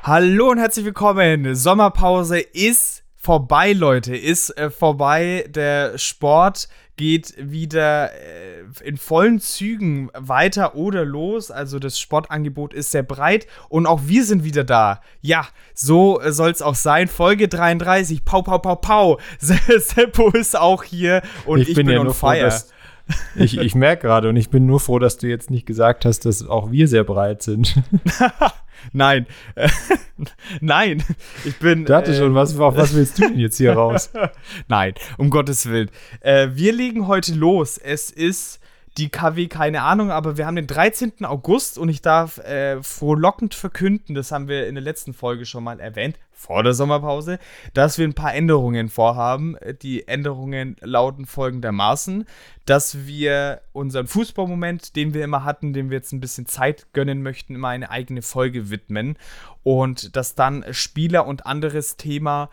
Hallo und herzlich willkommen. Sommerpause ist vorbei, Leute. Ist vorbei. Der Sport geht wieder in vollen Zügen weiter oder los. Also das Sportangebot ist sehr breit und auch wir sind wieder da. Ja, so soll es auch sein. Folge 33. Pau, pau, pau, pau. Seppo ist auch hier und ich bin on fire. Ich merke gerade und ich bin nur froh, dass du jetzt nicht gesagt hast, dass auch wir sehr breit sind. Nein. Nein. Ich bin. Ich dachte schon, was willst du denn jetzt hier raus? Nein, um Gottes Willen. Wir legen heute los. Es ist die KW, keine Ahnung, aber wir haben den 13. August und ich darf frohlockend verkünden, das haben wir in der letzten Folge schon mal erwähnt, vor der Sommerpause, dass wir ein paar Änderungen vorhaben. Die Änderungen lauten folgendermaßen, dass wir unseren Fußballmoment, den wir immer hatten, dem wir jetzt ein bisschen Zeit gönnen möchten, immer eine eigene Folge widmen und dass dann Spieler und anderes Thema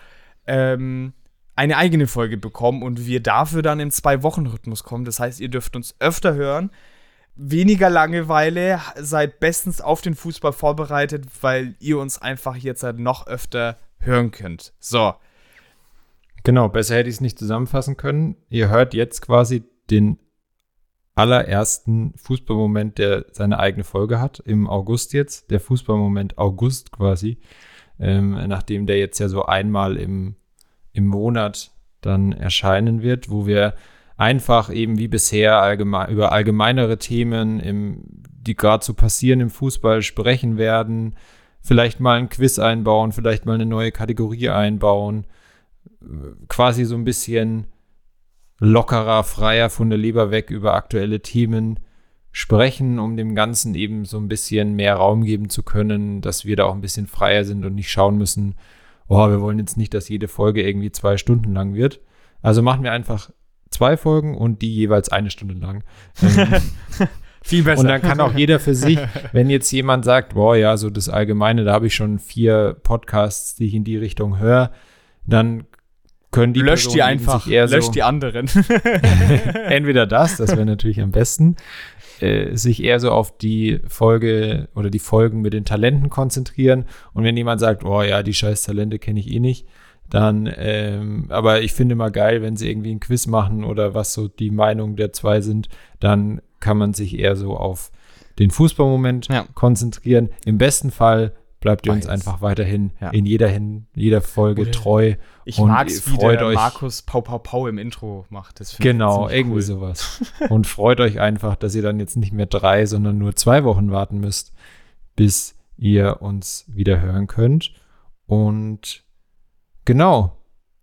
eine eigene Folge bekommen und wir dafür dann im 2-Wochen-Rhythmus kommen. Das heißt, ihr dürft uns öfter hören. Weniger Langeweile, seid bestens auf den Fußball vorbereitet, weil ihr uns einfach jetzt halt noch öfter hören könnt. So. Genau, besser hätte ich es nicht zusammenfassen können. Ihr hört jetzt quasi den allerersten Fußballmoment, der seine eigene Folge hat, im August jetzt. Der Fußballmoment August quasi, nachdem der jetzt ja so einmal im Monat dann erscheinen wird, wo wir einfach eben wie bisher über allgemeinere Themen, die gerade so passieren im Fußball, sprechen werden, vielleicht mal ein Quiz einbauen, vielleicht mal eine neue Kategorie einbauen, quasi so ein bisschen lockerer, freier von der Leber weg über aktuelle Themen sprechen, um dem Ganzen eben so ein bisschen mehr Raum geben zu können, dass wir da auch ein bisschen freier sind und nicht schauen müssen, wir wollen jetzt nicht, dass jede Folge irgendwie 2 Stunden lang wird. Also machen wir einfach 2 Folgen und die jeweils 1 Stunde lang. Viel besser. Und dann kann auch jeder für sich, wenn jetzt jemand sagt, so das Allgemeine, da habe ich schon 4 Podcasts, die ich in die Richtung höre, dann können die löscht Personen die einfach, löscht die anderen. Entweder das wäre natürlich am besten, sich eher so auf die Folge oder die Folgen mit den Talenten konzentrieren. Und wenn jemand sagt, die scheiß Talente kenne ich eh nicht, dann, aber ich finde mal geil, wenn sie irgendwie ein Quiz machen oder was so die Meinung der 2 sind, dann kann man sich eher so auf den Fußballmoment konzentrieren. Im besten Fall bleibt ihr uns einfach weiterhin in jeder Folge treu. Ich mag es, wie der Markus Pau Pau Pau im Intro macht. Das genau, irgendwie cool. Sowas. Und freut euch einfach, dass ihr dann jetzt nicht mehr 3, sondern nur 2 Wochen warten müsst, bis ihr uns wieder hören könnt. Und genau,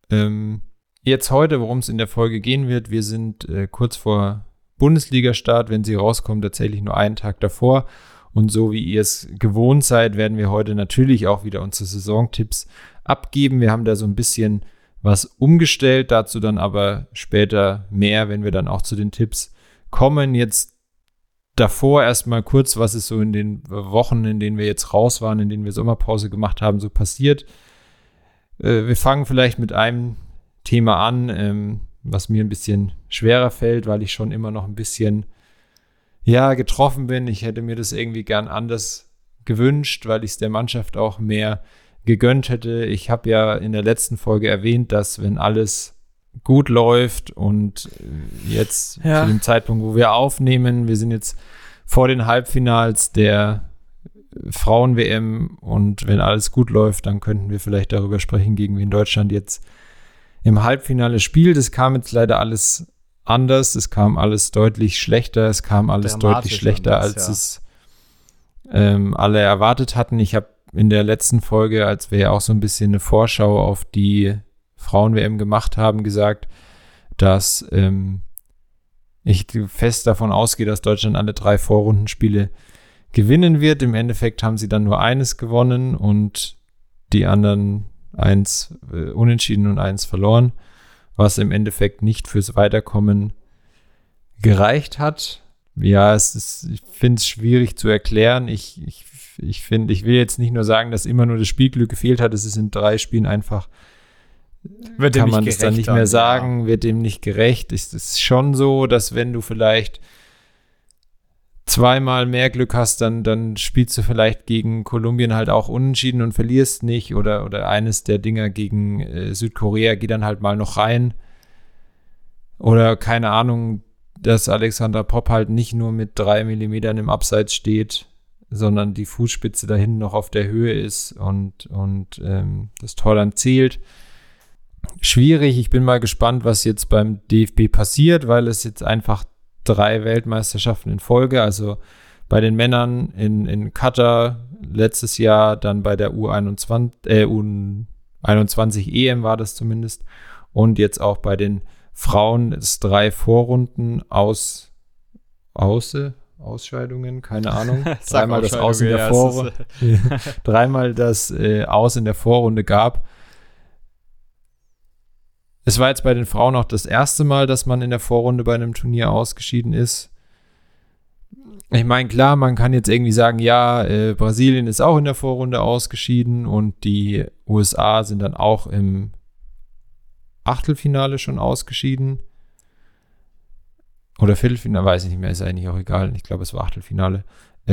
jetzt heute, worum es in der Folge gehen wird, wir sind kurz vor Bundesliga-Start, wenn sie rauskommen, tatsächlich nur einen Tag davor. Und so wie ihr es gewohnt seid, werden wir heute natürlich auch wieder unsere Saisontipps abgeben. Wir haben da so ein bisschen was umgestellt, dazu dann aber später mehr, wenn wir dann auch zu den Tipps kommen. Jetzt davor erstmal kurz, was ist so in den Wochen, in denen wir jetzt raus waren, in denen wir Sommerpause gemacht haben, so passiert. Wir fangen vielleicht mit einem Thema an, was mir ein bisschen schwerer fällt, weil ich schon immer noch ein bisschen getroffen bin. Ich hätte mir das irgendwie gern anders gewünscht, weil ich es der Mannschaft auch mehr gegönnt hätte. Ich habe ja in der letzten Folge erwähnt, dass wenn alles gut läuft und jetzt zu dem Zeitpunkt, wo wir aufnehmen, wir sind jetzt vor den Halbfinals der Frauen-WM und wenn alles gut läuft, dann könnten wir vielleicht darüber sprechen, gegen wen Deutschland jetzt im Halbfinale spielt. Es kam jetzt leider alles anders, es kam alles deutlich schlechter, es kam alles deutlich schlechter, als es alle erwartet hatten. Ich habe in der letzten Folge, als wir ja auch so ein bisschen eine Vorschau auf die Frauen-WM gemacht haben, gesagt, dass ich fest davon ausgehe, dass Deutschland alle 3 Vorrundenspiele gewinnen wird. Im Endeffekt haben sie dann nur eines gewonnen und die anderen 1 unentschieden und 1 verloren, was im Endeffekt nicht fürs Weiterkommen gereicht hat. Ja, ich finde es schwierig zu erklären. Ich will jetzt nicht nur sagen, dass immer nur das Spielglück gefehlt hat. Es ist in 3 Spielen einfach, kann man es dann nicht mehr sagen, wird dem nicht gerecht. Es ist schon so, dass wenn du vielleicht zweimal mehr Glück hast, dann spielst du vielleicht gegen Kolumbien halt auch unentschieden und verlierst nicht. Oder eines der Dinger gegen Südkorea geht dann halt mal noch rein. Oder keine Ahnung, dass Alexandra Popp halt nicht nur mit 3 Millimetern im Abseits steht, sondern die Fußspitze da hinten noch auf der Höhe ist und das Tor dann zählt. Schwierig, ich bin mal gespannt, was jetzt beim DFB passiert, weil es jetzt einfach 3 Weltmeisterschaften in Folge, also bei den Männern in Katar letztes Jahr, dann bei der U21 EM war das zumindest und jetzt auch bei den Frauen ist 3 Vorrunden Ausscheidungen, keine Ahnung. Dreimal das Aus in der Vorrunde. Dreimal das Aus in der Vorrunde gab. Es war jetzt bei den Frauen auch das erste Mal, dass man in der Vorrunde bei einem Turnier ausgeschieden ist. Ich meine, klar, man kann jetzt irgendwie sagen, ja, Brasilien ist auch in der Vorrunde ausgeschieden und die USA sind dann auch im Achtelfinale schon ausgeschieden. Oder Viertelfinale, weiß ich nicht mehr, ist eigentlich auch egal. Ich glaube, es war Achtelfinale.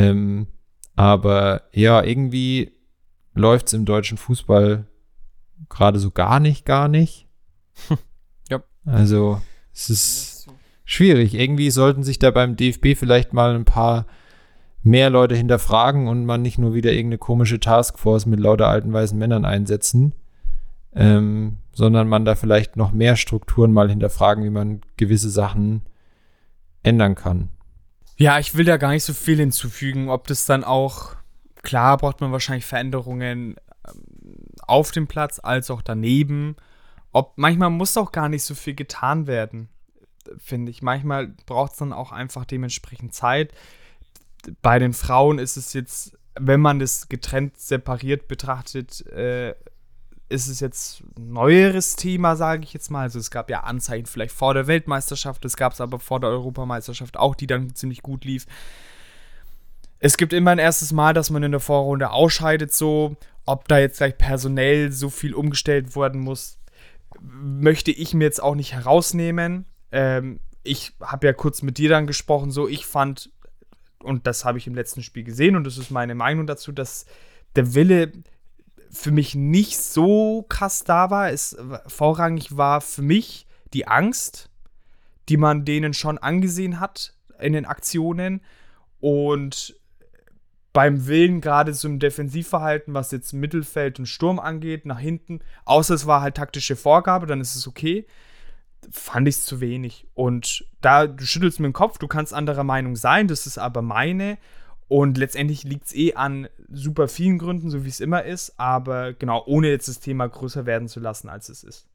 Aber ja, irgendwie läuft es im deutschen Fußball gerade so gar nicht. Ja. Also, es ist schwierig. Irgendwie sollten sich da beim DFB vielleicht mal ein paar mehr Leute hinterfragen und man nicht nur wieder irgendeine komische Taskforce mit lauter alten weißen Männern einsetzen, sondern man da vielleicht noch mehr Strukturen mal hinterfragen, wie man gewisse Sachen ändern kann. Ja, ich will da gar nicht so viel hinzufügen, ob das dann auch, klar braucht man wahrscheinlich Veränderungen auf dem Platz als auch daneben. Manchmal muss auch gar nicht so viel getan werden, finde ich. Manchmal braucht es dann auch einfach dementsprechend Zeit. Bei den Frauen ist es jetzt, wenn man das getrennt, separiert betrachtet, ist es jetzt ein neueres Thema, sage ich jetzt mal. Also es gab ja Anzeichen vielleicht vor der Weltmeisterschaft, es gab es aber vor der Europameisterschaft auch, die dann ziemlich gut lief. Es gibt immer ein erstes Mal, dass man in der Vorrunde ausscheidet, so. Ob da jetzt gleich personell so viel umgestellt werden muss, möchte ich mir jetzt auch nicht herausnehmen. Ich habe ja kurz mit dir dann gesprochen, so ich fand, und das habe ich im letzten Spiel gesehen und das ist meine Meinung dazu, dass der Wille für mich nicht so krass da war. Vorrangig war für mich die Angst, die man denen schon angesehen hat in den Aktionen und beim Willen, gerade so im Defensivverhalten, was jetzt Mittelfeld und Sturm angeht, nach hinten, außer es war halt taktische Vorgabe, dann ist es okay, fand ich es zu wenig. Und du schüttelst mit dem Kopf, du kannst anderer Meinung sein, das ist aber meine. Und letztendlich liegt es an super vielen Gründen, so wie es immer ist, aber genau, ohne jetzt das Thema größer werden zu lassen, als es ist.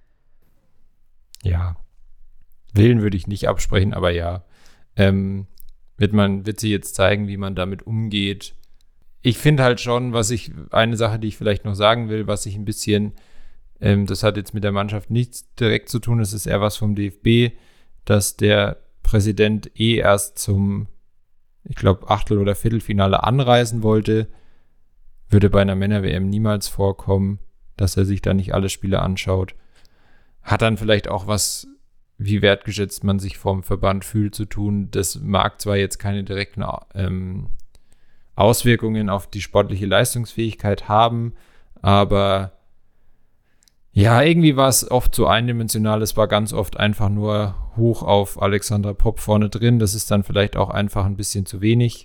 Ja, Willen würde ich nicht absprechen, aber ja, wird sie jetzt zeigen, wie man damit umgeht. Ich finde halt schon, eine Sache, die ich vielleicht noch sagen will, was ich ein bisschen, das hat jetzt mit der Mannschaft nichts direkt zu tun, es ist eher was vom DFB, dass der Präsident erst zum, ich glaube, Achtel- oder Viertelfinale anreisen wollte. Würde bei einer Männer-WM niemals vorkommen, dass er sich da nicht alle Spiele anschaut. Hat dann vielleicht auch was, wie wertgeschätzt man sich vom Verband fühlt, zu tun. Das mag zwar jetzt keine direkten Auswirkungen auf die sportliche Leistungsfähigkeit haben, aber ja, irgendwie war es oft so eindimensional. Es war ganz oft einfach nur hoch auf Alexandra Popp vorne drin. Das ist dann vielleicht auch einfach ein bisschen zu wenig.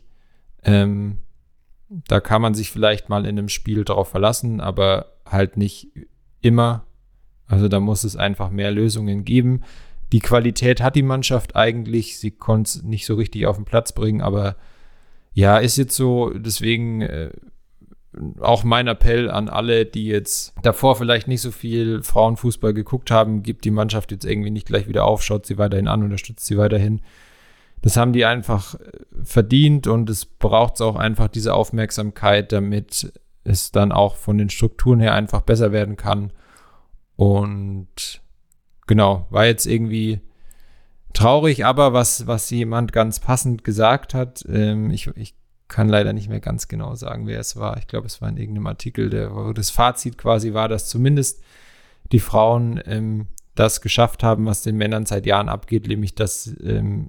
Da kann man sich vielleicht mal in einem Spiel drauf verlassen, aber halt nicht immer. Also da muss es einfach mehr Lösungen geben. Die Qualität hat die Mannschaft eigentlich. Sie konnte es nicht so richtig auf den Platz bringen, aber ja, ist jetzt so. Deswegen auch mein Appell an alle, die jetzt davor vielleicht nicht so viel Frauenfußball geguckt haben, gibt die Mannschaft jetzt irgendwie nicht gleich wieder auf, schaut sie weiterhin an, unterstützt sie weiterhin. Das haben die einfach verdient und es braucht auch einfach diese Aufmerksamkeit, damit es dann auch von den Strukturen her einfach besser werden kann. Und genau, war jetzt irgendwie traurig, aber was jemand ganz passend gesagt hat, ich kann leider nicht mehr ganz genau sagen, wer es war. Ich glaube, es war in irgendeinem Artikel, wo das Fazit quasi war, dass zumindest die Frauen das geschafft haben, was den Männern seit Jahren abgeht, nämlich dass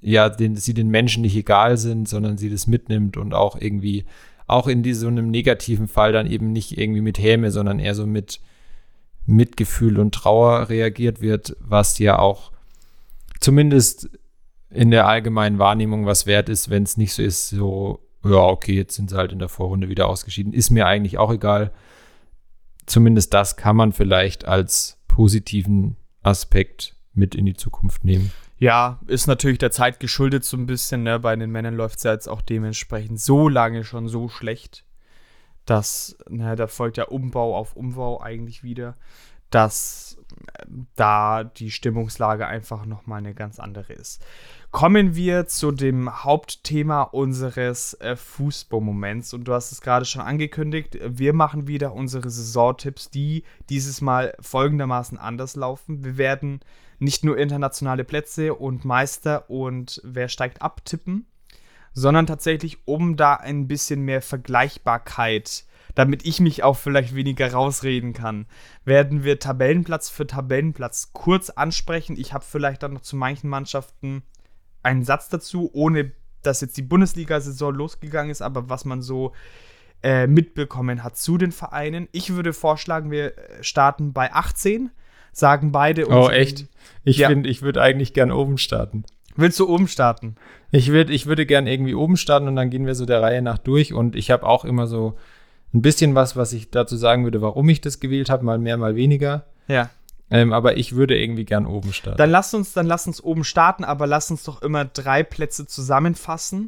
sie den Menschen nicht egal sind, sondern sie das mitnimmt und auch irgendwie, auch in so einem negativen Fall dann eben nicht irgendwie mit Häme, sondern eher so mit Mitgefühl und Trauer reagiert wird, was ja auch zumindest in der allgemeinen Wahrnehmung was wert ist, wenn es nicht so ist, so, ja, okay, jetzt sind sie halt in der Vorrunde wieder ausgeschieden. Ist mir eigentlich auch egal. Zumindest das kann man vielleicht als positiven Aspekt mit in die Zukunft nehmen. Ja, ist natürlich der Zeit geschuldet so ein bisschen, ne? Bei den Männern läuft es ja jetzt auch dementsprechend so lange schon so schlecht, dass, da folgt ja Umbau auf Umbau eigentlich wieder, dass da die Stimmungslage einfach nochmal eine ganz andere ist. Kommen wir zu dem Hauptthema unseres Fußballmoments. Und du hast es gerade schon angekündigt, wir machen wieder unsere Saisontipps, die dieses Mal folgendermaßen anders laufen. Wir werden nicht nur internationale Plätze und Meister und wer steigt ab tippen, sondern tatsächlich, um da ein bisschen mehr Vergleichbarkeit, damit ich mich auch vielleicht weniger rausreden kann, werden wir Tabellenplatz für Tabellenplatz kurz ansprechen. Ich habe vielleicht dann noch zu manchen Mannschaften einen Satz dazu, ohne dass jetzt die Bundesliga-Saison losgegangen ist, aber was man so mitbekommen hat zu den Vereinen. Ich würde vorschlagen, wir starten bei 18, sagen beide. Oh, echt? Ich würde eigentlich gern oben starten. Willst du oben starten? Ich würde gern irgendwie oben starten und dann gehen wir so der Reihe nach durch und ich habe auch immer so ein bisschen was ich dazu sagen würde, warum ich das gewählt habe, mal mehr, mal weniger. Ja. Aber ich würde irgendwie gern oben starten. Dann lass uns oben starten, aber lass uns doch immer 3 Plätze zusammenfassen.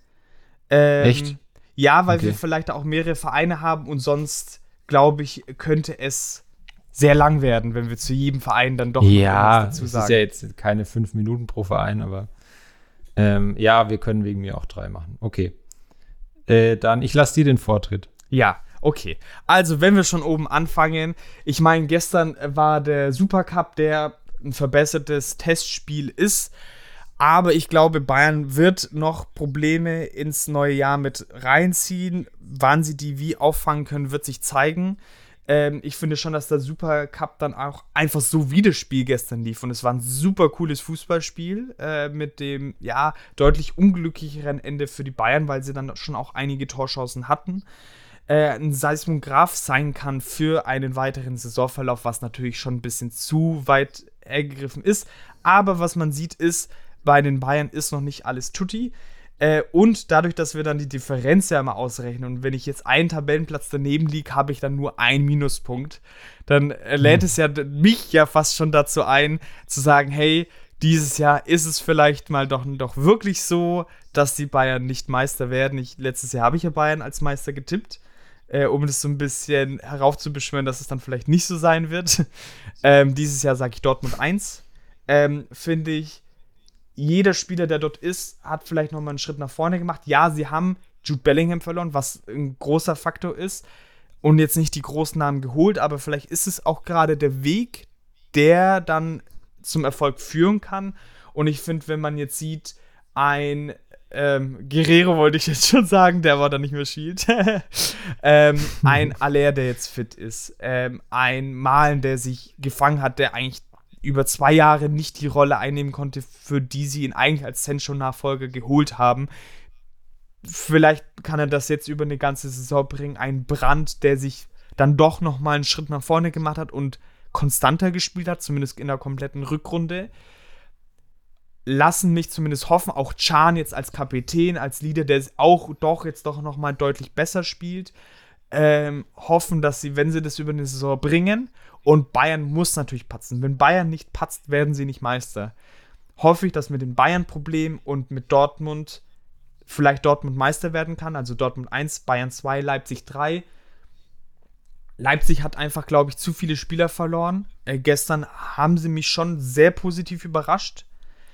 Echt? Ja, weil wir vielleicht auch mehrere Vereine haben und sonst, glaube ich, könnte es sehr lang werden, wenn wir zu jedem Verein dann doch was dazu sagen. Ja, es ist ja jetzt keine 5 Minuten pro Verein, aber wir können wegen mir auch 3 machen. Okay. Dann, ich lasse dir den Vortritt. Ja, okay. Also, wenn wir schon oben anfangen, ich meine, gestern war der Supercup, der ein verbessertes Testspiel ist, aber ich glaube, Bayern wird noch Probleme ins neue Jahr mit reinziehen. Wann sie die wie auffangen können, wird sich zeigen. Ich finde schon, dass der Supercup dann auch einfach so wie das Spiel gestern lief. Und es war ein super cooles Fußballspiel mit dem, deutlich unglücklicheren Ende für die Bayern, weil sie dann schon auch einige Torchancen hatten. Ein Seismograph sein kann für einen weiteren Saisonverlauf, was natürlich schon ein bisschen zu weit ergriffen ist. Aber was man sieht ist, bei den Bayern ist noch nicht alles tutti. Und dadurch, dass wir dann die Differenz ja immer ausrechnen und wenn ich jetzt einen Tabellenplatz daneben liege, habe ich dann nur einen Minuspunkt, dann lädt es ja mich ja fast schon dazu ein, zu sagen, hey, dieses Jahr ist es vielleicht mal doch wirklich so, dass die Bayern nicht Meister werden. Letztes Jahr habe ich ja Bayern als Meister getippt, um das so ein bisschen heraufzubeschwören, dass es dann vielleicht nicht so sein wird. Dieses Jahr sage ich Dortmund 1. Finde ich, jeder Spieler, der dort ist, hat vielleicht noch mal einen Schritt nach vorne gemacht. Ja, sie haben Jude Bellingham verloren, was ein großer Faktor ist und jetzt nicht die großen Namen geholt, aber vielleicht ist es auch gerade der Weg, der dann zum Erfolg führen kann. Und ich finde, wenn man jetzt sieht, ein Guerrero wollte ich jetzt schon sagen, der war dann nicht mehr Shield. Ein Aller, der jetzt fit ist. Ein Malen, der sich gefangen hat, der eigentlich über 2 Jahre nicht die Rolle einnehmen konnte, für die sie ihn eigentlich als Sancho-Nachfolger geholt haben. Vielleicht kann er das jetzt über eine ganze Saison bringen. Ein Brandt, der sich dann doch noch mal einen Schritt nach vorne gemacht hat und konstanter gespielt hat, zumindest in der kompletten Rückrunde. Lassen mich zumindest hoffen, auch Can jetzt als Kapitän, als Leader, der auch jetzt doch noch mal deutlich besser spielt, hoffen, dass sie, wenn sie das über eine Saison bringen, und Bayern muss natürlich patzen. Wenn Bayern nicht patzt, werden sie nicht Meister. Hoffe ich, dass mit dem Bayern-Problem und mit Dortmund vielleicht Dortmund Meister werden kann. Also Dortmund 1, Bayern 2, Leipzig 3. Leipzig hat einfach, glaube ich, zu viele Spieler verloren. Gestern haben sie mich schon sehr positiv überrascht.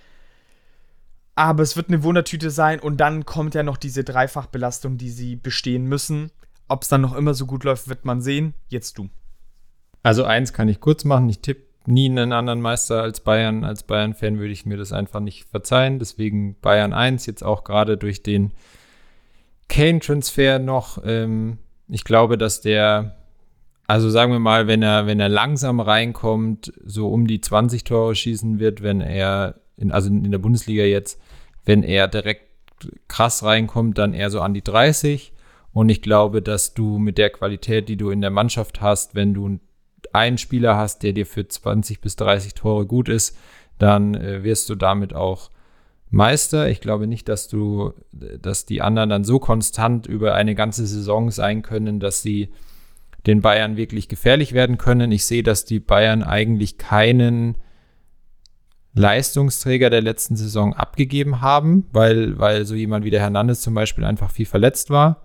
Aber es wird eine Wundertüte sein. Und dann kommt ja noch diese Dreifachbelastung, die sie bestehen müssen. Ob es dann noch immer so gut läuft, wird man sehen. Jetzt du. Also 1 kann ich kurz machen. Ich tippe nie einen anderen Meister als Bayern. Als Bayern-Fan würde ich mir das einfach nicht verzeihen. Deswegen Bayern 1, jetzt auch gerade durch den Kane-Transfer noch. Ich glaube, dass der, also sagen wir mal, wenn er langsam reinkommt, so um die 20 Tore schießen wird, wenn er, in der Bundesliga jetzt, wenn er direkt krass reinkommt, dann eher so an die 30. Und ich glaube, dass du mit der Qualität, die du in der Mannschaft hast, wenn du einen Spieler hast, der dir für 20 bis 30 Tore gut ist, dann wirst du damit auch Meister. Ich glaube nicht, dass die anderen dann so konstant über eine ganze Saison sein können, dass sie den Bayern wirklich gefährlich werden können. Ich sehe, dass die Bayern eigentlich keinen Leistungsträger der letzten Saison abgegeben haben, weil so jemand wie der Hernandez zum Beispiel einfach viel verletzt war.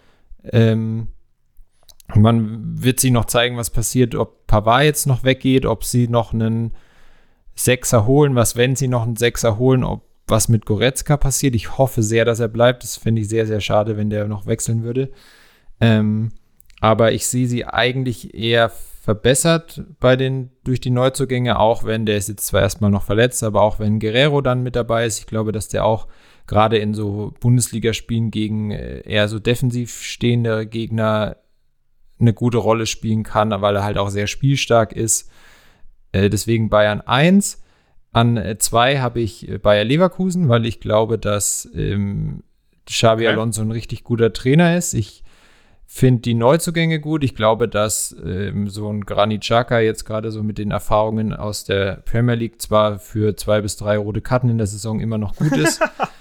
Man wird sich noch zeigen, was passiert, ob Pavard jetzt noch weggeht, ob sie noch einen Sechser holen, wenn sie noch einen Sechser holen, was mit Goretzka passiert. Ich hoffe sehr, dass er bleibt. Das finde ich sehr, sehr schade, wenn der noch wechseln würde. Aber ich sehe sie eigentlich eher verbessert durch die Neuzugänge, auch wenn der ist jetzt zwar erstmal noch verletzt, aber auch wenn Guerrero dann mit dabei ist. Ich glaube, dass der auch gerade in so Bundesligaspielen gegen eher so defensiv stehende Gegner eine gute Rolle spielen kann, weil er halt auch sehr spielstark ist. Deswegen Bayern 1. An 2 habe ich Bayer Leverkusen, weil ich glaube, dass Xabi Alonso ein richtig guter Trainer ist. Ich finde die Neuzugänge gut. Ich glaube, dass so ein Granit Xhaka jetzt gerade so mit den Erfahrungen aus der Premier League zwar für 2 bis 3 rote Karten in der Saison immer noch gut ist.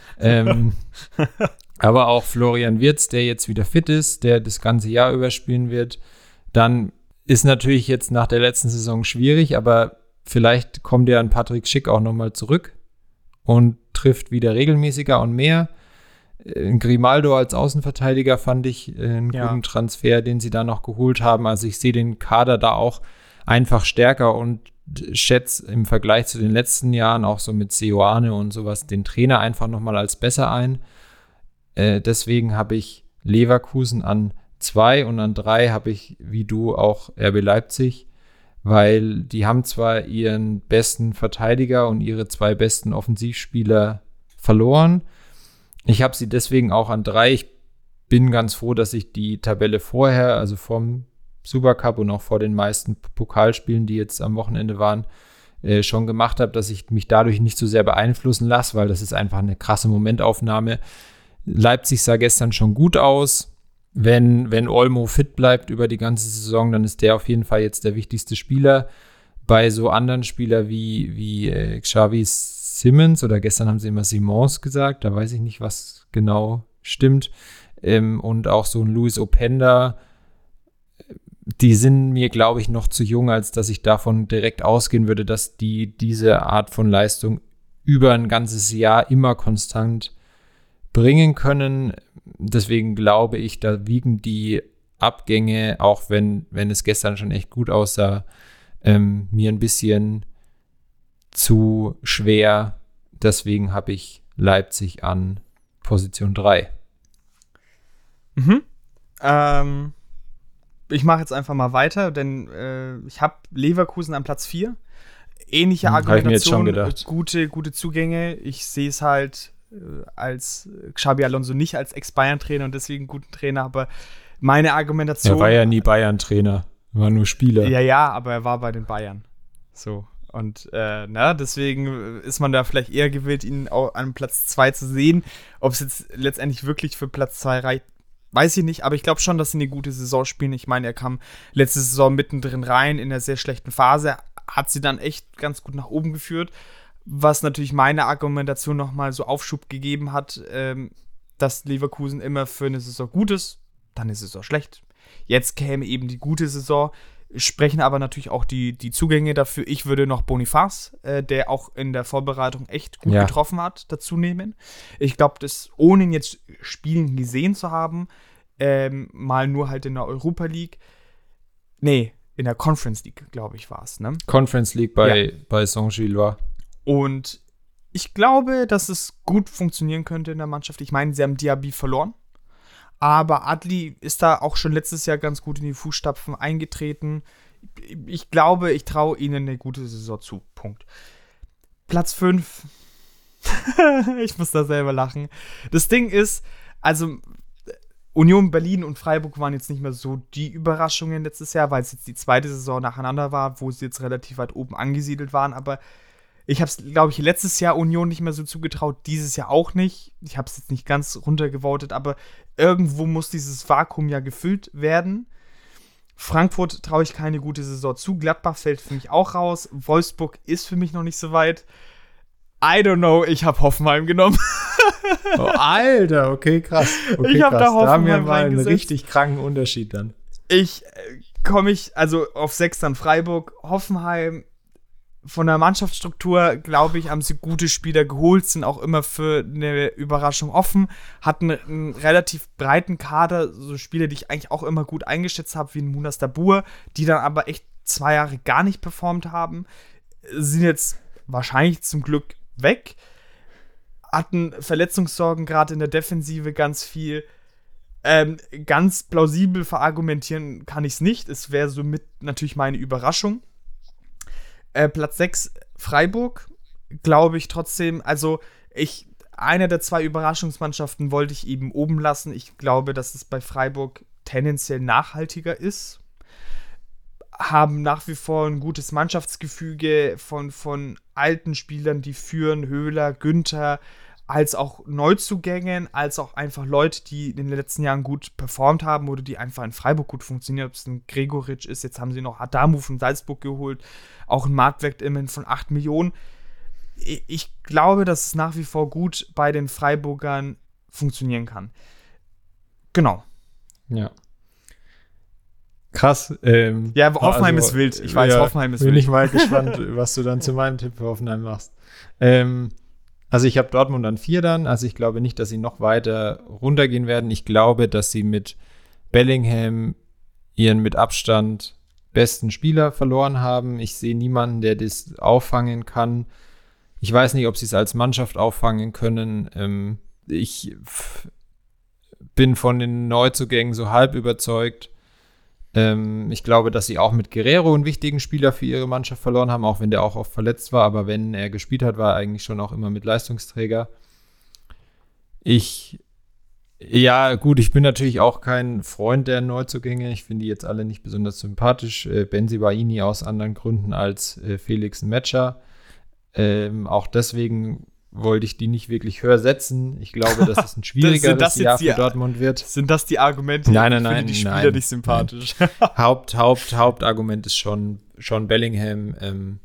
Aber auch Florian Wirtz, der jetzt wieder fit ist, der das ganze Jahr überspielen wird. Dann ist natürlich jetzt nach der letzten Saison schwierig, aber vielleicht kommt ja ein Patrick Schick auch nochmal zurück und trifft wieder regelmäßiger und mehr. Grimaldo als Außenverteidiger fand ich einen guten Transfer, den sie da noch geholt haben. Also ich sehe den Kader da auch einfach stärker und schätze im Vergleich zu den letzten Jahren auch so mit Seoane und sowas den Trainer einfach nochmal als besser ein. Deswegen habe ich Leverkusen an 2 und an 3 habe ich, wie du, auch RB Leipzig, weil die haben zwar ihren besten Verteidiger und ihre 2 besten Offensivspieler verloren. Ich habe sie deswegen auch an 3. Ich bin ganz froh, dass ich die Tabelle vorher, also vom Supercup und auch vor den meisten Pokalspielen, die jetzt am Wochenende waren, schon gemacht habe, dass ich mich dadurch nicht so sehr beeinflussen lasse, weil das ist einfach eine krasse Momentaufnahme. Leipzig sah gestern schon gut aus. Wenn Olmo fit bleibt über die ganze Saison, dann ist der auf jeden Fall jetzt der wichtigste Spieler. Bei so anderen Spielern wie Xavi Simons oder gestern haben sie immer Simons gesagt, da weiß ich nicht, was genau stimmt. Und auch so ein Luis Openda, die sind mir, glaube ich, noch zu jung, als dass ich davon direkt ausgehen würde, dass die diese Art von Leistung über ein ganzes Jahr immer konstant bringen können. Deswegen glaube ich, da wiegen die Abgänge, auch wenn es gestern schon echt gut aussah, mir ein bisschen zu schwer. Deswegen habe ich Leipzig an Position 3. Ich mache jetzt einfach mal weiter, denn ich habe Leverkusen an Platz 4. Ähnliche Argumentation, gute Zugänge. Ich sehe es halt als Xabi Alonso nicht als Ex-Bayern-Trainer und deswegen guten Trainer, aber meine Argumentation. Er war ja nie Bayern-Trainer, war nur Spieler. Ja, aber er war bei den Bayern. So. Und deswegen ist man da vielleicht eher gewillt, ihn auch an Platz 2 zu sehen. Ob es jetzt letztendlich wirklich für Platz 2 reicht, weiß ich nicht, aber ich glaube schon, dass sie eine gute Saison spielen. Ich meine, er kam letzte Saison mittendrin rein in einer sehr schlechten Phase, hat sie dann echt ganz gut nach oben geführt, was natürlich meine Argumentation nochmal so Aufschub gegeben hat, dass Leverkusen immer für eine Saison gut ist, dann eine Saison schlecht. Jetzt käme eben die gute Saison, sprechen aber natürlich auch die Zugänge dafür. Ich würde noch Boniface, der auch in der Vorbereitung echt gut getroffen hat, dazu nehmen. Ich glaube, das ohne ihn jetzt spielen gesehen zu haben, mal nur halt in der Europa League. Nee, in der Conference League, glaube ich, war es, ne? Conference League bei Saint-Gilloise. Und ich glaube, dass es gut funktionieren könnte in der Mannschaft. Ich meine, sie haben Diaby verloren. Aber Adli ist da auch schon letztes Jahr ganz gut in die Fußstapfen eingetreten. Ich glaube, ich traue ihnen eine gute Saison zu. Punkt. Platz 5. Ich muss da selber lachen. Das Ding ist, also Union Berlin und Freiburg waren jetzt nicht mehr so die Überraschungen letztes Jahr, weil es jetzt die zweite Saison nacheinander war, wo sie jetzt relativ weit oben angesiedelt waren. Aber Ich habe es, glaube ich, letztes Jahr Union nicht mehr so zugetraut, dieses Jahr auch nicht. Ich habe es jetzt nicht ganz runtergevotet, aber irgendwo muss dieses Vakuum ja gefüllt werden. Frankfurt traue ich keine gute Saison zu. Gladbach fällt für mich auch raus. Wolfsburg ist für mich noch nicht so weit. I don't know, ich habe Hoffenheim genommen. Oh, Alter, okay, krass. Okay, ich habe da Hoffenheim haben wir mal einen reingesetzt. richtig kranken Unterschied dann. Also auf 6 dann Freiburg, Hoffenheim. Von der Mannschaftsstruktur, glaube ich, haben sie gute Spieler geholt, sind auch immer für eine Überraschung offen, hatten einen relativ breiten Kader, so Spieler, die ich eigentlich auch immer gut eingeschätzt habe, wie ein Munas Dabur, die dann aber echt 2 Jahre gar nicht performt haben, sind jetzt wahrscheinlich zum Glück weg, hatten Verletzungssorgen gerade in der Defensive ganz viel. Ganz plausibel verargumentieren kann ich es nicht, es wäre somit natürlich meine Überraschung. Platz 6 Freiburg, glaube ich trotzdem, also eine der 2 Überraschungsmannschaften wollte ich eben oben lassen. Ich glaube, dass es bei Freiburg tendenziell nachhaltiger ist. Haben nach wie vor ein gutes Mannschaftsgefüge von alten Spielern, die führen, Höhler, Günther, als auch Neuzugängen, als auch einfach Leute, die in den letzten Jahren gut performt haben oder die einfach in Freiburg gut funktionieren, ob es ein Gregoritsch ist, jetzt haben sie noch Adamu von Salzburg geholt, auch ein Marktwert immerhin von 8 Millionen. Ich glaube, dass es nach wie vor gut bei den Freiburgern funktionieren kann. Genau. Ja. Krass. Ja, Hoffenheim ist wild. Ich weiß, Hoffenheim ist wild. Bin ich mal gespannt, was du dann zu meinem Tipp für Hoffenheim machst. Also ich habe Dortmund an 4 dann. Also ich glaube nicht, dass sie noch weiter runtergehen werden. Ich glaube, dass sie mit Bellingham ihren mit Abstand besten Spieler verloren haben. Ich sehe niemanden, der das auffangen kann. Ich weiß nicht, ob sie es als Mannschaft auffangen können. Ich bin von den Neuzugängen so halb überzeugt. Ich glaube, dass sie auch mit Guerrero einen wichtigen Spieler für ihre Mannschaft verloren haben, auch wenn der auch oft verletzt war. Aber wenn er gespielt hat, war er eigentlich schon auch immer mit Leistungsträger. Ja, gut, ich bin natürlich auch kein Freund der Neuzugänge. Ich finde die jetzt alle nicht besonders sympathisch. Bensebaini aus anderen Gründen als Felix Metscher. Auch deswegen wollte ich die nicht wirklich höher setzen. Ich glaube, dass es ein schwierigeres Jahr für Dortmund wird. Sind das die Argumente? Nein, ich finde die Spieler nicht sympathisch. Hauptargument ist schon Bellingham.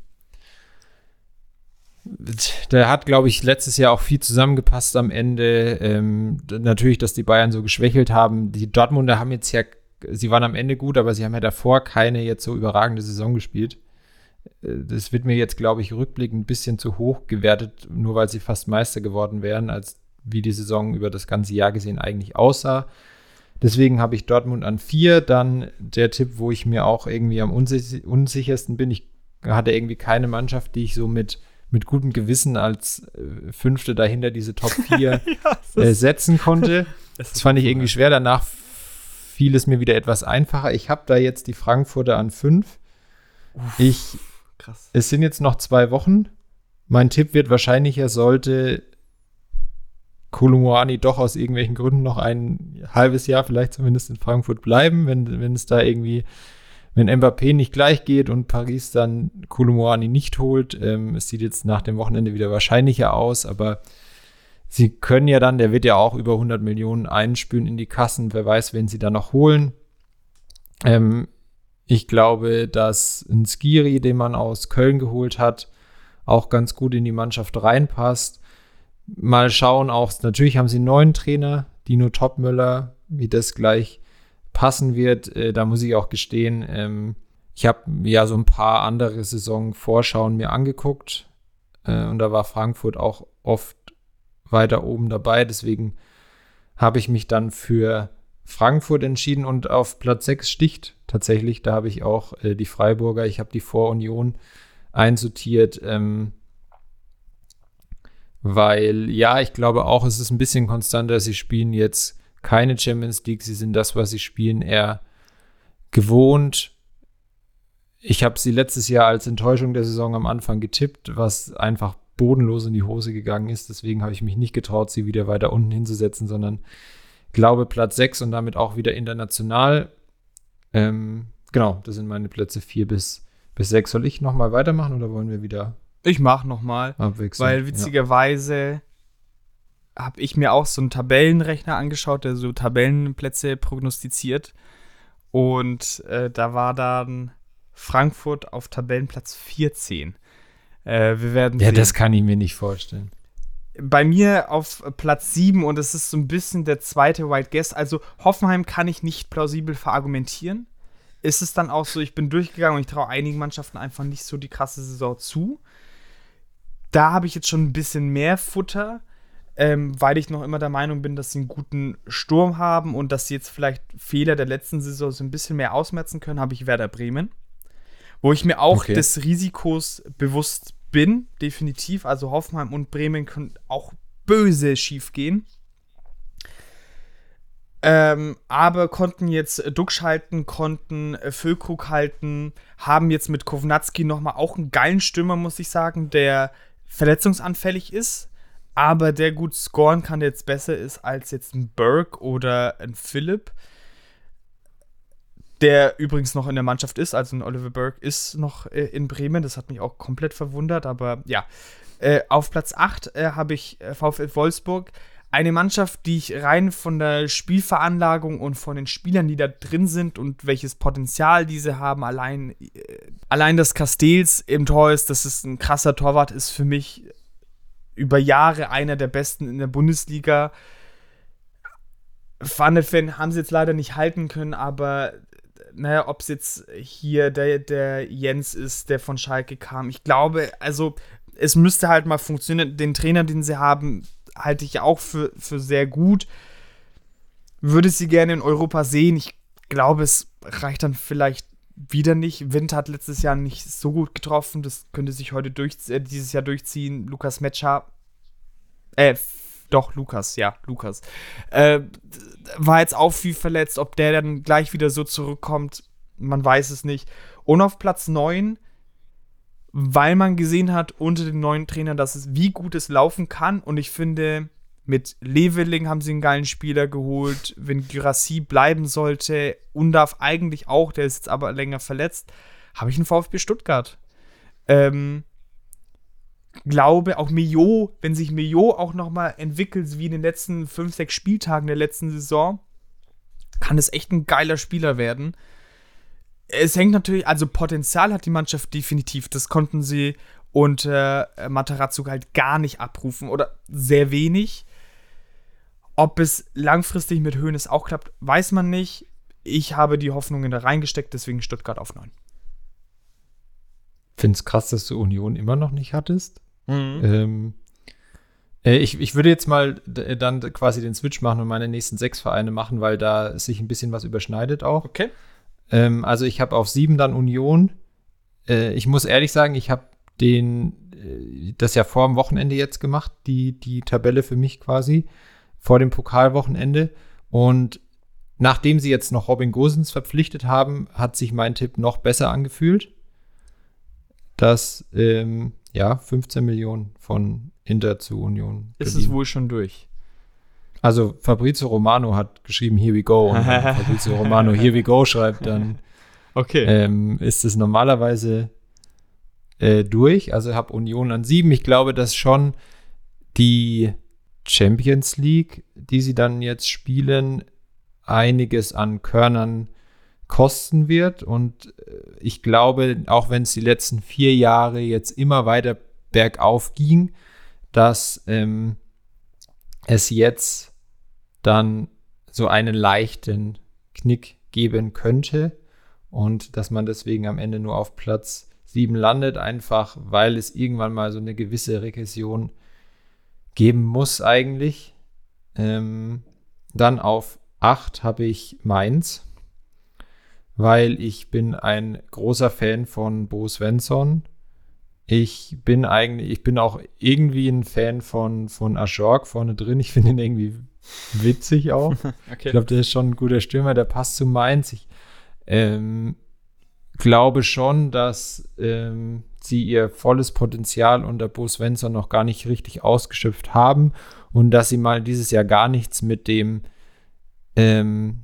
Der hat, glaube ich, letztes Jahr auch viel zusammengepasst am Ende. Natürlich, dass die Bayern so geschwächelt haben. Die Dortmunder haben jetzt ja, sie waren am Ende gut, aber sie haben ja davor keine jetzt so überragende Saison gespielt. Das wird mir jetzt, glaube ich, rückblickend ein bisschen zu hoch gewertet, nur weil sie fast Meister geworden wären, als wie die Saison über das ganze Jahr gesehen eigentlich aussah. Deswegen habe ich Dortmund an 4. Dann der Tipp, wo ich mir auch irgendwie am unsichersten bin. Ich hatte irgendwie keine Mannschaft, die ich so mit gutem Gewissen als 5. dahinter diese Top 4 setzen konnte. Das fand ich irgendwie schwer. Danach fiel es mir wieder etwas einfacher. Ich habe da jetzt die Frankfurter an 5. Krass. Es sind jetzt noch 2 Wochen. Mein Tipp wird wahrscheinlich, er sollte Koulibaly doch aus irgendwelchen Gründen noch ein halbes Jahr vielleicht zumindest in Frankfurt bleiben, wenn es da irgendwie, wenn Mbappé nicht gleich geht und Paris dann Koulibaly nicht holt. Es sieht jetzt nach dem Wochenende wieder wahrscheinlicher aus, aber sie können ja dann, der wird ja auch über 100 Millionen einspülen in die Kassen. Wer weiß, wen sie da noch holen. Ich glaube, dass ein Skiri, den man aus Köln geholt hat, auch ganz gut in die Mannschaft reinpasst. Mal schauen auch, natürlich haben sie einen neuen Trainer, Dino Topmöller, wie das gleich passen wird. Da muss ich auch gestehen, ich habe ja so ein paar andere Saisonvorschauen mir angeguckt und da war Frankfurt auch oft weiter oben dabei. Deswegen habe ich mich dann für Frankfurt entschieden und auf Platz 6 sticht tatsächlich. Da habe ich auch die Freiburger, ich habe die vor Union einsortiert, weil, ja, ich glaube auch, es ist ein bisschen konstanter. Sie spielen jetzt keine Champions League, sie sind das, was sie spielen, eher gewohnt. Ich habe sie letztes Jahr als Enttäuschung der Saison am Anfang getippt, was einfach bodenlos in die Hose gegangen ist. Deswegen habe ich mich nicht getraut, sie wieder weiter unten hinzusetzen, sondern glaube Platz 6 und damit auch wieder international. Genau, das sind meine Plätze 4 bis 6. Soll ich nochmal weitermachen oder wollen wir wieder Ich mach nochmal, Abwechseln. weil witzigerweise habe ich mir auch so einen Tabellenrechner angeschaut, der so Tabellenplätze prognostiziert. Und da war dann Frankfurt auf Tabellenplatz 14. Wir werden Ja, sehen. das kann ich mir nicht vorstellen. Bei mir auf Platz 7 und es ist so ein bisschen der zweite White Guess. Also Hoffenheim kann ich nicht plausibel verargumentieren. Ist es dann auch so, ich bin durchgegangen und ich traue einigen Mannschaften einfach nicht so die krasse Saison zu. Da habe ich jetzt schon ein bisschen mehr Futter, weil ich noch immer der Meinung bin, dass sie einen guten Sturm haben und dass sie jetzt vielleicht Fehler der letzten Saison so ein bisschen mehr ausmerzen können, habe ich Werder Bremen. Wo ich mir auch des Risikos bewusst bin, definitiv. Also Hoffenheim und Bremen können auch böse schief gehen. Aber konnten jetzt Duxch halten, konnten Füllkrug halten, haben jetzt mit Kovnatski nochmal auch einen geilen Stürmer, muss ich sagen, der verletzungsanfällig ist, aber der gut scoren kann, der jetzt besser ist als jetzt ein Burke oder ein Philipp, der übrigens noch in der Mannschaft ist, also ein Oliver Burke ist noch in Bremen, das hat mich auch komplett verwundert, aber ja. Auf Platz 8 habe ich VfL Wolfsburg, eine Mannschaft, die ich rein von der Spielveranlagung und von den Spielern, die da drin sind und welches Potenzial diese haben, allein das Castells im Tor ist, dass es ein krasser Torwart ist, für mich über Jahre einer der besten in der Bundesliga. Van de Ven haben sie jetzt leider nicht halten können, aber naja, ob es jetzt hier der Jens ist, der von Schalke kam. Ich glaube, also es müsste halt mal funktionieren. Den Trainer, den sie haben, halte ich auch für sehr gut. Würde sie gerne in Europa sehen. Ich glaube, es reicht dann vielleicht wieder nicht. Wind hat letztes Jahr nicht so gut getroffen. Das könnte sich heute dieses Jahr durchziehen. Lukas Metscher. Lukas. War jetzt auch viel verletzt. Ob der dann gleich wieder so zurückkommt, man weiß es nicht. Und auf Platz 9, weil man gesehen hat unter den neuen Trainern, wie gut es laufen kann. Und ich finde, mit Leveling haben sie einen geilen Spieler geholt. Wenn Guirassy bleiben sollte, Undav eigentlich auch, der ist jetzt aber länger verletzt, habe ich einen VfB Stuttgart. Glaube auch Mio, wenn sich Mio auch nochmal entwickelt, wie in den letzten 5, 6 Spieltagen der letzten Saison, kann es echt ein geiler Spieler werden. Es hängt natürlich, also Potenzial hat die Mannschaft definitiv. Das konnten sie unter Matarazzo halt gar nicht abrufen oder sehr wenig. Ob es langfristig mit Hoeneß auch klappt, weiß man nicht. Ich habe die Hoffnungen da reingesteckt, deswegen Stuttgart auf 9. Ich finde es krass, dass du Union immer noch nicht hattest. Mhm. Ich würde jetzt mal dann quasi den Switch machen und meine nächsten 6 Vereine machen, weil da sich ein bisschen was überschneidet auch. Okay. Also ich habe auf 7 dann Union. Ich muss ehrlich sagen, ich habe das ja vor dem Wochenende jetzt gemacht, die Tabelle für mich quasi, vor dem Pokalwochenende. Und nachdem sie jetzt noch Robin Gosens verpflichtet haben, hat sich mein Tipp noch besser angefühlt. Dass 15 Millionen von Inter zu Union ist es wohl schon durch. Also Fabrizio Romano hat geschrieben, here we go. Und wenn Fabrizio Romano here we go schreibt, dann ist es normalerweise durch. Also habe Union an 7. Ich glaube, dass schon die Champions League, die sie dann jetzt spielen, einiges an Körnern kosten wird. Und ich glaube, auch wenn es die letzten 4 Jahre jetzt immer weiter bergauf ging, dass es jetzt dann so einen leichten Knick geben könnte und dass man deswegen am Ende nur auf Platz 7 landet, einfach weil es irgendwann mal so eine gewisse Regression geben muss eigentlich. Dann auf 8 habe ich Mainz, weil ich bin ein großer Fan von Bo Svensson. Ich bin auch irgendwie ein Fan von Ajorg vorne drin. Ich finde ihn irgendwie witzig auch. Okay. Ich glaube, der ist schon ein guter Stürmer, der passt zu Mainz. Ich glaube schon, dass sie ihr volles Potenzial unter Bo Svensson noch gar nicht richtig ausgeschöpft haben und dass sie mal dieses Jahr gar nichts mit dem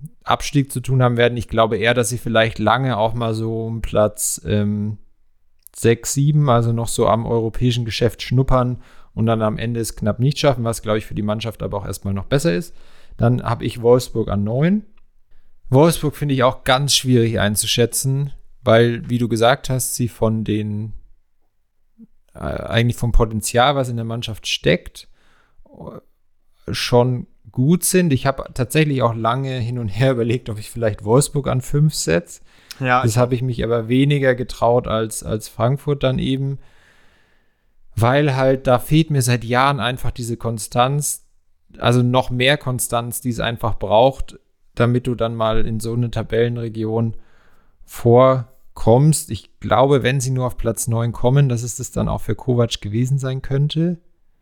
Abstieg zu tun haben werden. Ich glaube eher, dass sie vielleicht lange auch mal so um Platz 6, 7, also noch so am europäischen Geschäft schnuppern und dann am Ende es knapp nicht schaffen, was, glaube ich, für die Mannschaft aber auch erstmal noch besser ist. Dann habe ich Wolfsburg an 9. Wolfsburg finde ich auch ganz schwierig einzuschätzen, weil, wie du gesagt hast, sie von den eigentlich vom Potenzial, was in der Mannschaft steckt, schon gut sind. Ich habe tatsächlich auch lange hin und her überlegt, ob ich vielleicht Wolfsburg an 5 setze. Ja, Das habe ich mich aber weniger getraut als Frankfurt dann eben, weil halt da fehlt mir seit Jahren einfach diese Konstanz, also noch mehr Konstanz, die es einfach braucht, damit du dann mal in so eine Tabellenregion vorkommst. Ich glaube, wenn sie nur auf Platz 9 kommen, dass es das dann auch für Kovac gewesen sein könnte.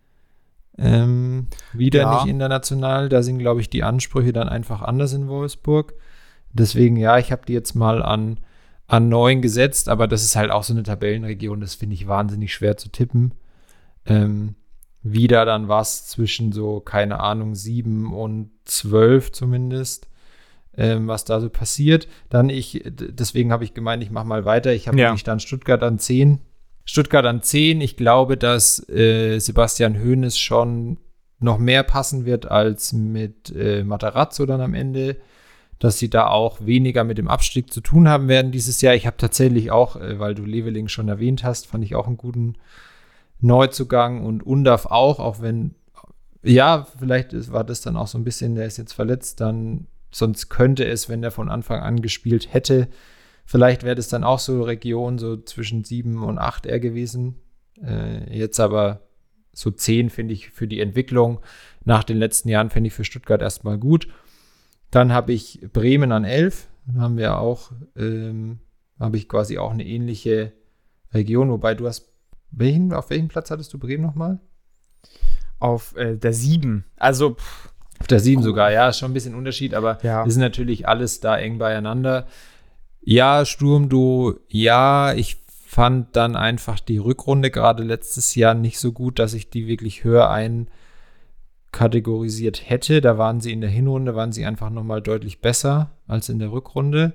Nicht international, da sind, glaube ich, die Ansprüche dann einfach anders in Wolfsburg. Deswegen, ja, ich habe die jetzt mal an 9 gesetzt, aber das ist halt auch so eine Tabellenregion, das finde ich wahnsinnig schwer zu tippen. Wieder dann was zwischen so, keine Ahnung, 7 und 12 zumindest, was da so passiert. Deswegen habe ich gemeint, ich mache mal weiter. Ich habe nämlich dann Stuttgart an 10. Ich glaube, dass Sebastian Hoeneß schon noch mehr passen wird als mit Matarazzo dann am Ende, dass sie da auch weniger mit dem Abstieg zu tun haben werden dieses Jahr. Ich habe tatsächlich auch, weil du Leveling schon erwähnt hast, fand ich auch einen guten Neuzugang und Undav auch wenn, ja, vielleicht war das dann auch so ein bisschen, der ist jetzt verletzt, dann sonst könnte es, wenn der von Anfang an gespielt hätte, vielleicht wäre das dann auch so Region, so zwischen 7 und 8 eher gewesen. Jetzt aber so 10 finde ich für die Entwicklung nach den letzten Jahren, finde ich für Stuttgart erstmal gut. Dann habe ich Bremen an 11. Dann haben wir auch, habe ich quasi auch eine ähnliche Region, wobei du hast, auf welchem Platz hattest du Bremen nochmal? Auf der 7. Also, auf der 7 sogar, ja, ist schon ein bisschen Unterschied, aber ja. Ist natürlich alles da eng beieinander. Ja, Sturm, ich fand dann einfach die Rückrunde gerade letztes Jahr nicht so gut, dass ich die wirklich höher einkategorisiert hätte. Da waren sie in der Hinrunde, einfach nochmal deutlich besser als in der Rückrunde.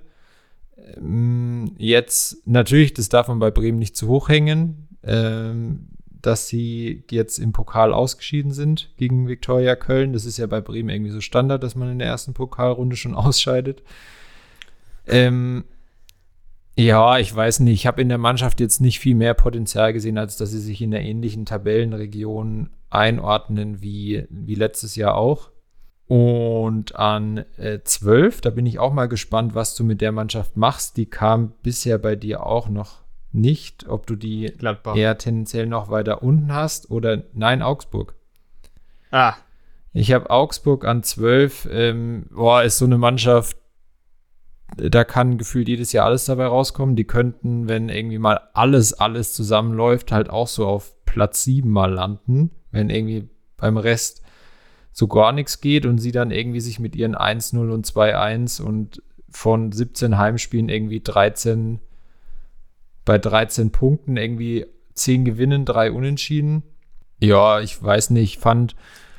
Jetzt, natürlich, das darf man bei Bremen nicht zu hoch hängen, dass sie jetzt im Pokal ausgeschieden sind gegen Viktoria Köln. Das ist ja bei Bremen irgendwie so Standard, dass man in der ersten Pokalrunde schon ausscheidet. Ja, ich weiß nicht. Ich habe in der Mannschaft jetzt nicht viel mehr Potenzial gesehen, als dass sie sich in der ähnlichen Tabellenregion einordnen wie letztes Jahr auch. Und an 12, da bin ich auch mal gespannt, was du mit der Mannschaft machst. Die kam bisher bei dir auch noch nicht. Ob du die Gladbach eher tendenziell noch weiter unten hast oder nein, Augsburg. Ah. Ich habe Augsburg an 12. Ist so eine Mannschaft, da kann gefühlt jedes Jahr alles dabei rauskommen. Die könnten, wenn irgendwie mal alles zusammenläuft, halt auch so auf Platz 7 mal landen, wenn irgendwie beim Rest so gar nichts geht und sie dann irgendwie sich mit ihren 1-0 und 2-1 und von 17 Heimspielen irgendwie 13 Punkten irgendwie 10 gewinnen, 3 unentschieden. Ja, ich weiß nicht, fand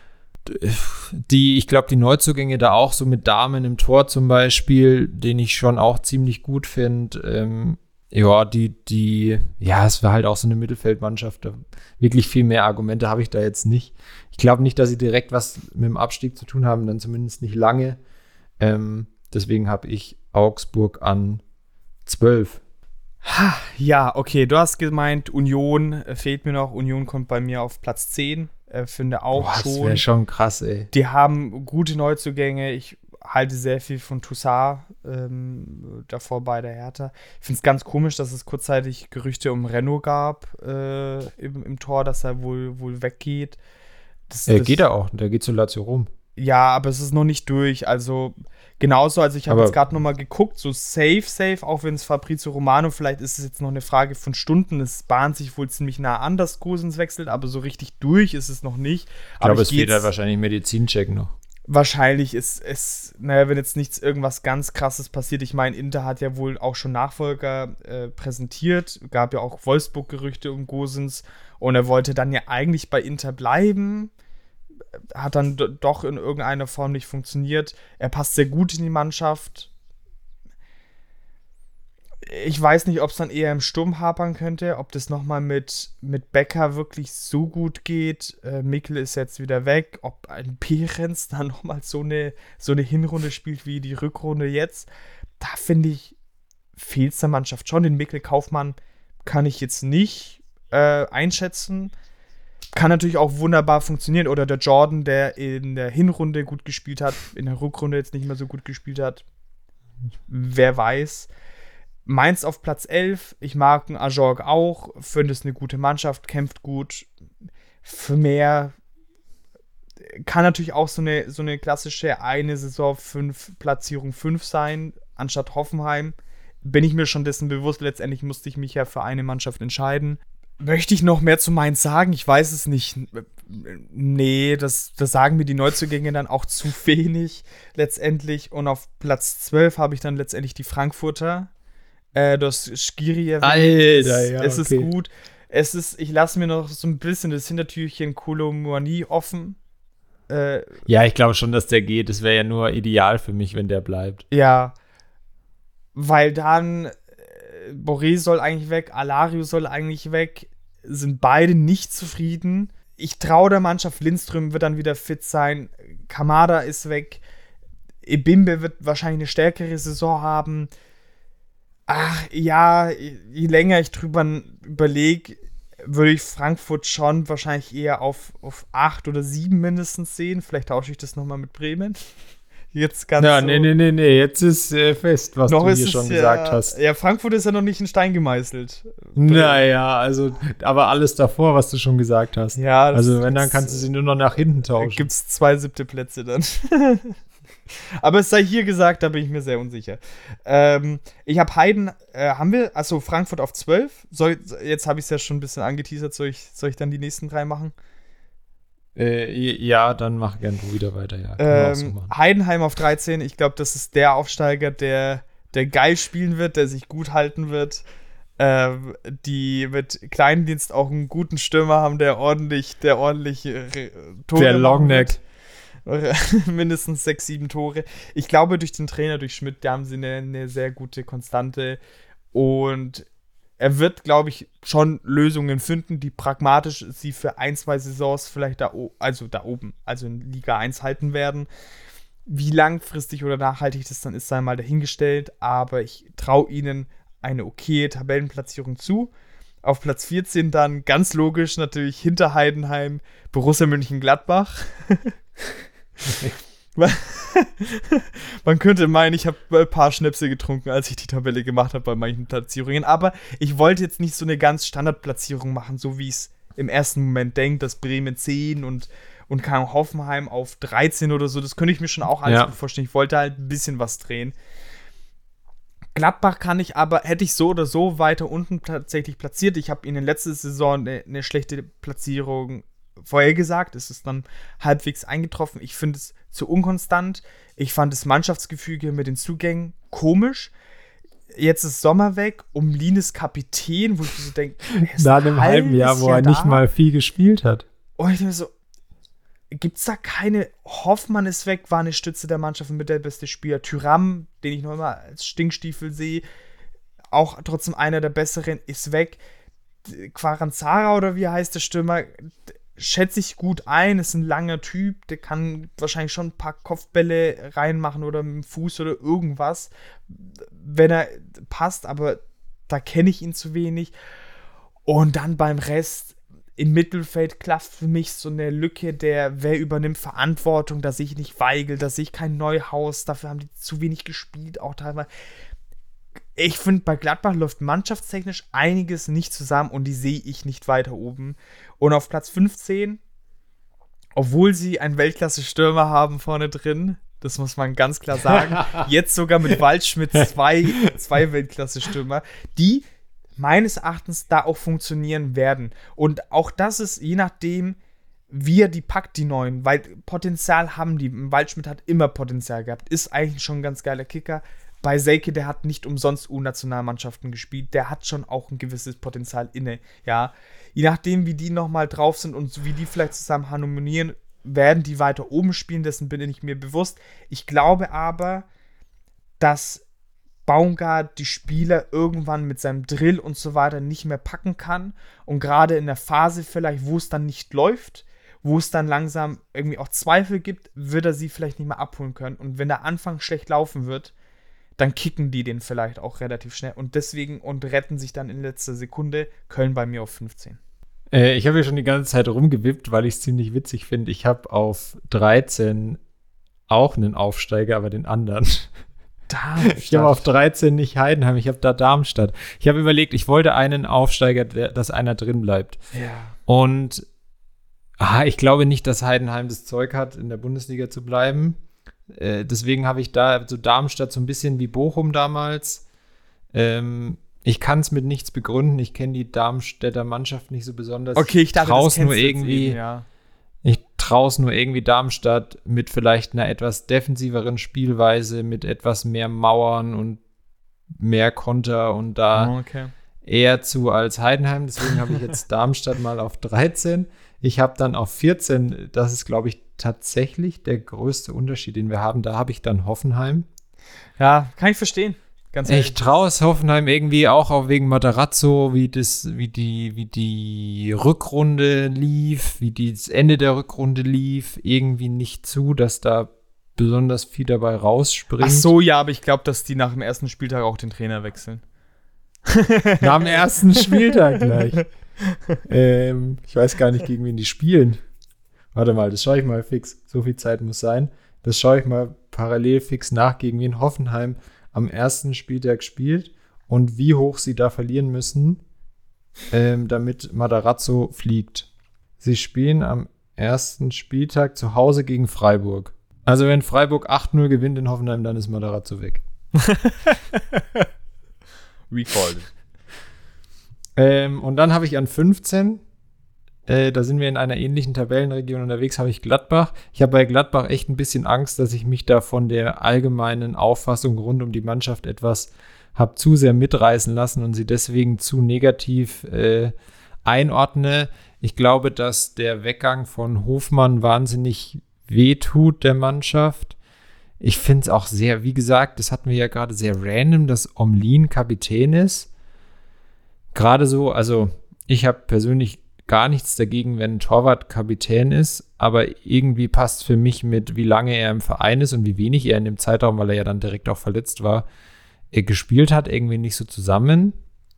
ich glaube, die Neuzugänge da auch so mit Damen im Tor zum Beispiel, den ich schon auch ziemlich gut finde. Es war halt auch so eine Mittelfeldmannschaft. Wirklich viel mehr Argumente habe ich da jetzt nicht. Ich glaube nicht, dass sie direkt was mit dem Abstieg zu tun haben, dann zumindest nicht lange. Deswegen habe ich Augsburg an 12. Ja, okay, du hast gemeint, Union fehlt mir noch. Union kommt bei mir auf Platz 10. Finde auch schon. Das wäre schon krass, ey. Die haben gute Neuzugänge. Ich halte sehr viel von Toussaint davor bei der Hertha. Ich finde es ganz komisch, dass es kurzzeitig Gerüchte um Renault gab im Tor, dass er wohl weggeht. Geht er auch, der geht zu Lazio Rom. Ja, aber es ist noch nicht durch. Also genauso, also ich habe jetzt gerade noch mal geguckt, so safe, auch wenn es Fabrizio Romano, vielleicht ist es jetzt noch eine Frage von Stunden, es bahnt sich wohl ziemlich nah an, dass Gosens wechselt, aber so richtig durch ist es noch nicht. Ich glaube, es fehlt halt wahrscheinlich Medizincheck noch. Wahrscheinlich ist es, wenn jetzt irgendwas ganz Krasses passiert, ich meine, Inter hat ja wohl auch schon Nachfolger präsentiert, gab ja auch Wolfsburg-Gerüchte um Gosens und er wollte dann ja eigentlich bei Inter bleiben, hat dann doch in irgendeiner Form nicht funktioniert. Er passt sehr gut in die Mannschaft. Ich weiß nicht, ob es dann eher im Sturm hapern könnte, ob das nochmal mit Becker wirklich so gut geht. Mikl ist jetzt wieder weg, ob ein Perenz dann nochmal so eine Hinrunde spielt wie die Rückrunde jetzt. Da finde ich, fehlt es der Mannschaft schon. Den Mikl Kaufmann kann ich jetzt nicht einschätzen. Kann natürlich auch wunderbar funktionieren. Oder der Jordan, der in der Hinrunde gut gespielt hat, in der Rückrunde jetzt nicht mehr so gut gespielt hat. Wer weiß. Mainz auf Platz 11. Ich mag einen Ajorg auch. Finde es eine gute Mannschaft, kämpft gut. Für mehr kann natürlich auch so eine klassische eine Saison 5 Platzierung 5 sein, anstatt Hoffenheim. Bin ich mir schon dessen bewusst. Letztendlich musste ich mich ja für eine Mannschaft entscheiden. Möchte ich noch mehr zu Mainz sagen? Ich weiß es nicht. Nee, das sagen mir die Neuzugänge dann auch zu wenig letztendlich. Und auf Platz 12 habe ich dann letztendlich die Frankfurter. Das Skiri erwähnt. Alter, ja, es ist gut. Ich lasse mir noch so ein bisschen das Hintertürchen Kolo Muani offen. Ja, ich glaube schon, dass der geht. Das wäre ja nur ideal für mich, wenn der bleibt. Ja, weil dann Boré soll eigentlich weg, Alario soll eigentlich weg, sind beide nicht zufrieden. Ich traue der Mannschaft, Lindström wird dann wieder fit sein, Kamada ist weg, Ebimbe wird wahrscheinlich eine stärkere Saison haben. Ach ja, je länger ich drüber überlege, würde ich Frankfurt schon wahrscheinlich eher auf 8 oder 7 mindestens sehen. Vielleicht tausche ich das nochmal mit Bremen. Jetzt ganz ja, so. Nee. Jetzt ist fest, was noch du hier schon gesagt hast. Ja, Frankfurt ist ja noch nicht in Stein gemeißelt. Naja, also, aber alles davor, was du schon gesagt hast. Ja, also, wenn, dann kannst du sie nur noch nach hinten tauschen. Gibt's 2 7. Plätze dann. Aber es sei hier gesagt, da bin ich mir sehr unsicher. Ich habe Frankfurt auf 12. Jetzt habe ich es ja schon ein bisschen angeteasert. Soll ich dann die nächsten 3 machen? Ja, dann mach gern du wieder weiter. Ja, so Heidenheim auf 13. Ich glaube, das ist der Aufsteiger, der geil spielen wird, der sich gut halten wird. Die mit Kleindienst auch einen guten Stürmer haben, der ordentlich Tore der Longneck. Mindestens 6, 7 Tore. Ich glaube, durch den Trainer, durch Schmidt, da haben sie eine sehr gute Konstante. Und er wird, glaube ich, schon Lösungen finden, die pragmatisch sie für 1, 2 Saisons vielleicht da oben, also in Liga 1 halten werden. Wie langfristig oder nachhaltig das dann ist, sei mal dahingestellt. Aber ich traue ihnen eine okaye Tabellenplatzierung zu. Auf Platz 14 dann ganz logisch natürlich hinter Heidenheim Borussia Mönchengladbach. Man könnte meinen, ich habe ein paar Schnäpse getrunken, als ich die Tabelle gemacht habe bei manchen Platzierungen, aber ich wollte jetzt nicht so eine ganz Standardplatzierung machen, so wie ich es im ersten Moment denke, dass Bremen 10 und Hoffenheim auf 13 oder so, das könnte ich mir schon auch alles gut vorstellen. Ich wollte halt ein bisschen was drehen. Gladbach hätte ich so oder so weiter unten tatsächlich platziert. Ich habe ihnen letzte Saison eine schlechte Platzierung vorhergesagt. Es ist dann halbwegs eingetroffen. Ich finde es zu unkonstant. Ich fand das Mannschaftsgefüge mit den Zugängen komisch. Jetzt ist Sommer weg, Umlin ist Kapitän, wo ich so denke, nach einem halben Jahr, wo er nicht mal viel gespielt hat. Und ich denke mir so, gibt's da keine, Hoffmann ist weg, war eine Stütze der Mannschaft und mit der beste Spieler. Thüram, den ich noch immer als Stinkstiefel sehe, auch trotzdem einer der besseren, ist weg. Quaranzara oder wie heißt der Stürmer, schätze ich gut ein, ist ein langer Typ, der kann wahrscheinlich schon ein paar Kopfbälle reinmachen oder mit dem Fuß oder irgendwas, wenn er passt, aber da kenne ich ihn zu wenig. Und dann beim Rest im Mittelfeld klafft für mich so eine Lücke, wer übernimmt Verantwortung, dass ich nicht Weigel, dass ich kein Neuhaus, dafür haben die zu wenig gespielt, auch teilweise. Ich finde, bei Gladbach läuft mannschaftstechnisch einiges nicht zusammen und die sehe ich nicht weiter oben. Und auf Platz 15, obwohl sie einen Weltklasse-Stürmer haben vorne drin, das muss man ganz klar sagen, jetzt sogar mit Waldschmidt zwei Weltklasse-Stürmer, die meines Erachtens da auch funktionieren werden. Und auch das ist, je nachdem, wie er die packt, die Neuen, weil Potenzial haben die. Waldschmidt hat immer Potenzial gehabt, ist eigentlich schon ein ganz geiler Kicker. Bei Selke, der hat nicht umsonst U-Nationalmannschaften gespielt, der hat schon auch ein gewisses Potenzial inne, ja. Je nachdem, wie die nochmal drauf sind und wie die vielleicht zusammen harmonieren, werden die weiter oben spielen, dessen bin ich mir bewusst. Ich glaube aber, dass Baumgart die Spieler irgendwann mit seinem Drill und so weiter nicht mehr packen kann und gerade in der Phase vielleicht, wo es dann nicht läuft, wo es dann langsam irgendwie auch Zweifel gibt, wird er sie vielleicht nicht mehr abholen können. Und wenn der Anfang schlecht laufen wird, dann kicken die den vielleicht auch relativ schnell und retten sich dann in letzter Sekunde. Köln bei mir auf 15. Ich habe ja schon die ganze Zeit rumgewippt, weil ich es ziemlich witzig finde. Ich habe auf 13 auch einen Aufsteiger, aber den anderen. Darmstadt. Ich habe auf 13 nicht Heidenheim, ich habe da Darmstadt. Ich habe überlegt, ich wollte einen Aufsteiger, dass einer drin bleibt. Ja. Und ich glaube nicht, dass Heidenheim das Zeug hat, in der Bundesliga zu bleiben. Deswegen habe ich da so Darmstadt so ein bisschen wie Bochum damals. Ich kann es mit nichts begründen. Ich kenne die Darmstädter Mannschaft nicht so besonders. Okay, ich dachte, das nur irgendwie. Eben, ja. Ich traue es nur irgendwie Darmstadt mit vielleicht einer etwas defensiveren Spielweise, mit etwas mehr Mauern und mehr Konter und da eher zu als Heidenheim. Deswegen habe ich jetzt Darmstadt mal auf 13. Ich habe dann auf 14, das ist, glaube ich, tatsächlich der größte Unterschied, den wir haben. Da habe ich dann Hoffenheim. Ja, kann ich verstehen. Ganz ehrlich. Ich traue es Hoffenheim irgendwie auch wegen Matarazzo, wie die Rückrunde lief, wie das Ende der Rückrunde lief, irgendwie nicht zu, dass da besonders viel dabei rausspringt. Ach so, ja, aber ich glaube, dass die nach dem ersten Spieltag auch den Trainer wechseln. Nach dem ersten Spieltag gleich. Ich weiß gar nicht, gegen wen die spielen. Warte mal, das schaue ich mal fix. So viel Zeit muss sein. Das schaue ich mal parallel fix nach, gegen wen Hoffenheim am ersten Spieltag spielt und wie hoch sie da verlieren müssen, damit Matarazzo fliegt. Sie spielen am ersten Spieltag zu Hause gegen Freiburg. Also wenn Freiburg 8-0 gewinnt in Hoffenheim, dann ist Matarazzo weg. Recalled. Und dann habe ich an 15, da sind wir in einer ähnlichen Tabellenregion unterwegs, habe ich Gladbach. Ich habe bei Gladbach echt ein bisschen Angst, dass ich mich da von der allgemeinen Auffassung rund um die Mannschaft etwas habe zu sehr mitreißen lassen und sie deswegen zu negativ einordne. Ich glaube, dass der Weggang von Hofmann wahnsinnig wehtut der Mannschaft. Ich finde es auch sehr, wie gesagt, das hatten wir ja gerade sehr random, dass Omlin Kapitän ist. Gerade so, also ich habe persönlich gar nichts dagegen, wenn ein Torwart Kapitän ist, aber irgendwie passt für mich mit, wie lange er im Verein ist und wie wenig er in dem Zeitraum, weil er ja dann direkt auch verletzt war, gespielt hat, irgendwie nicht so zusammen.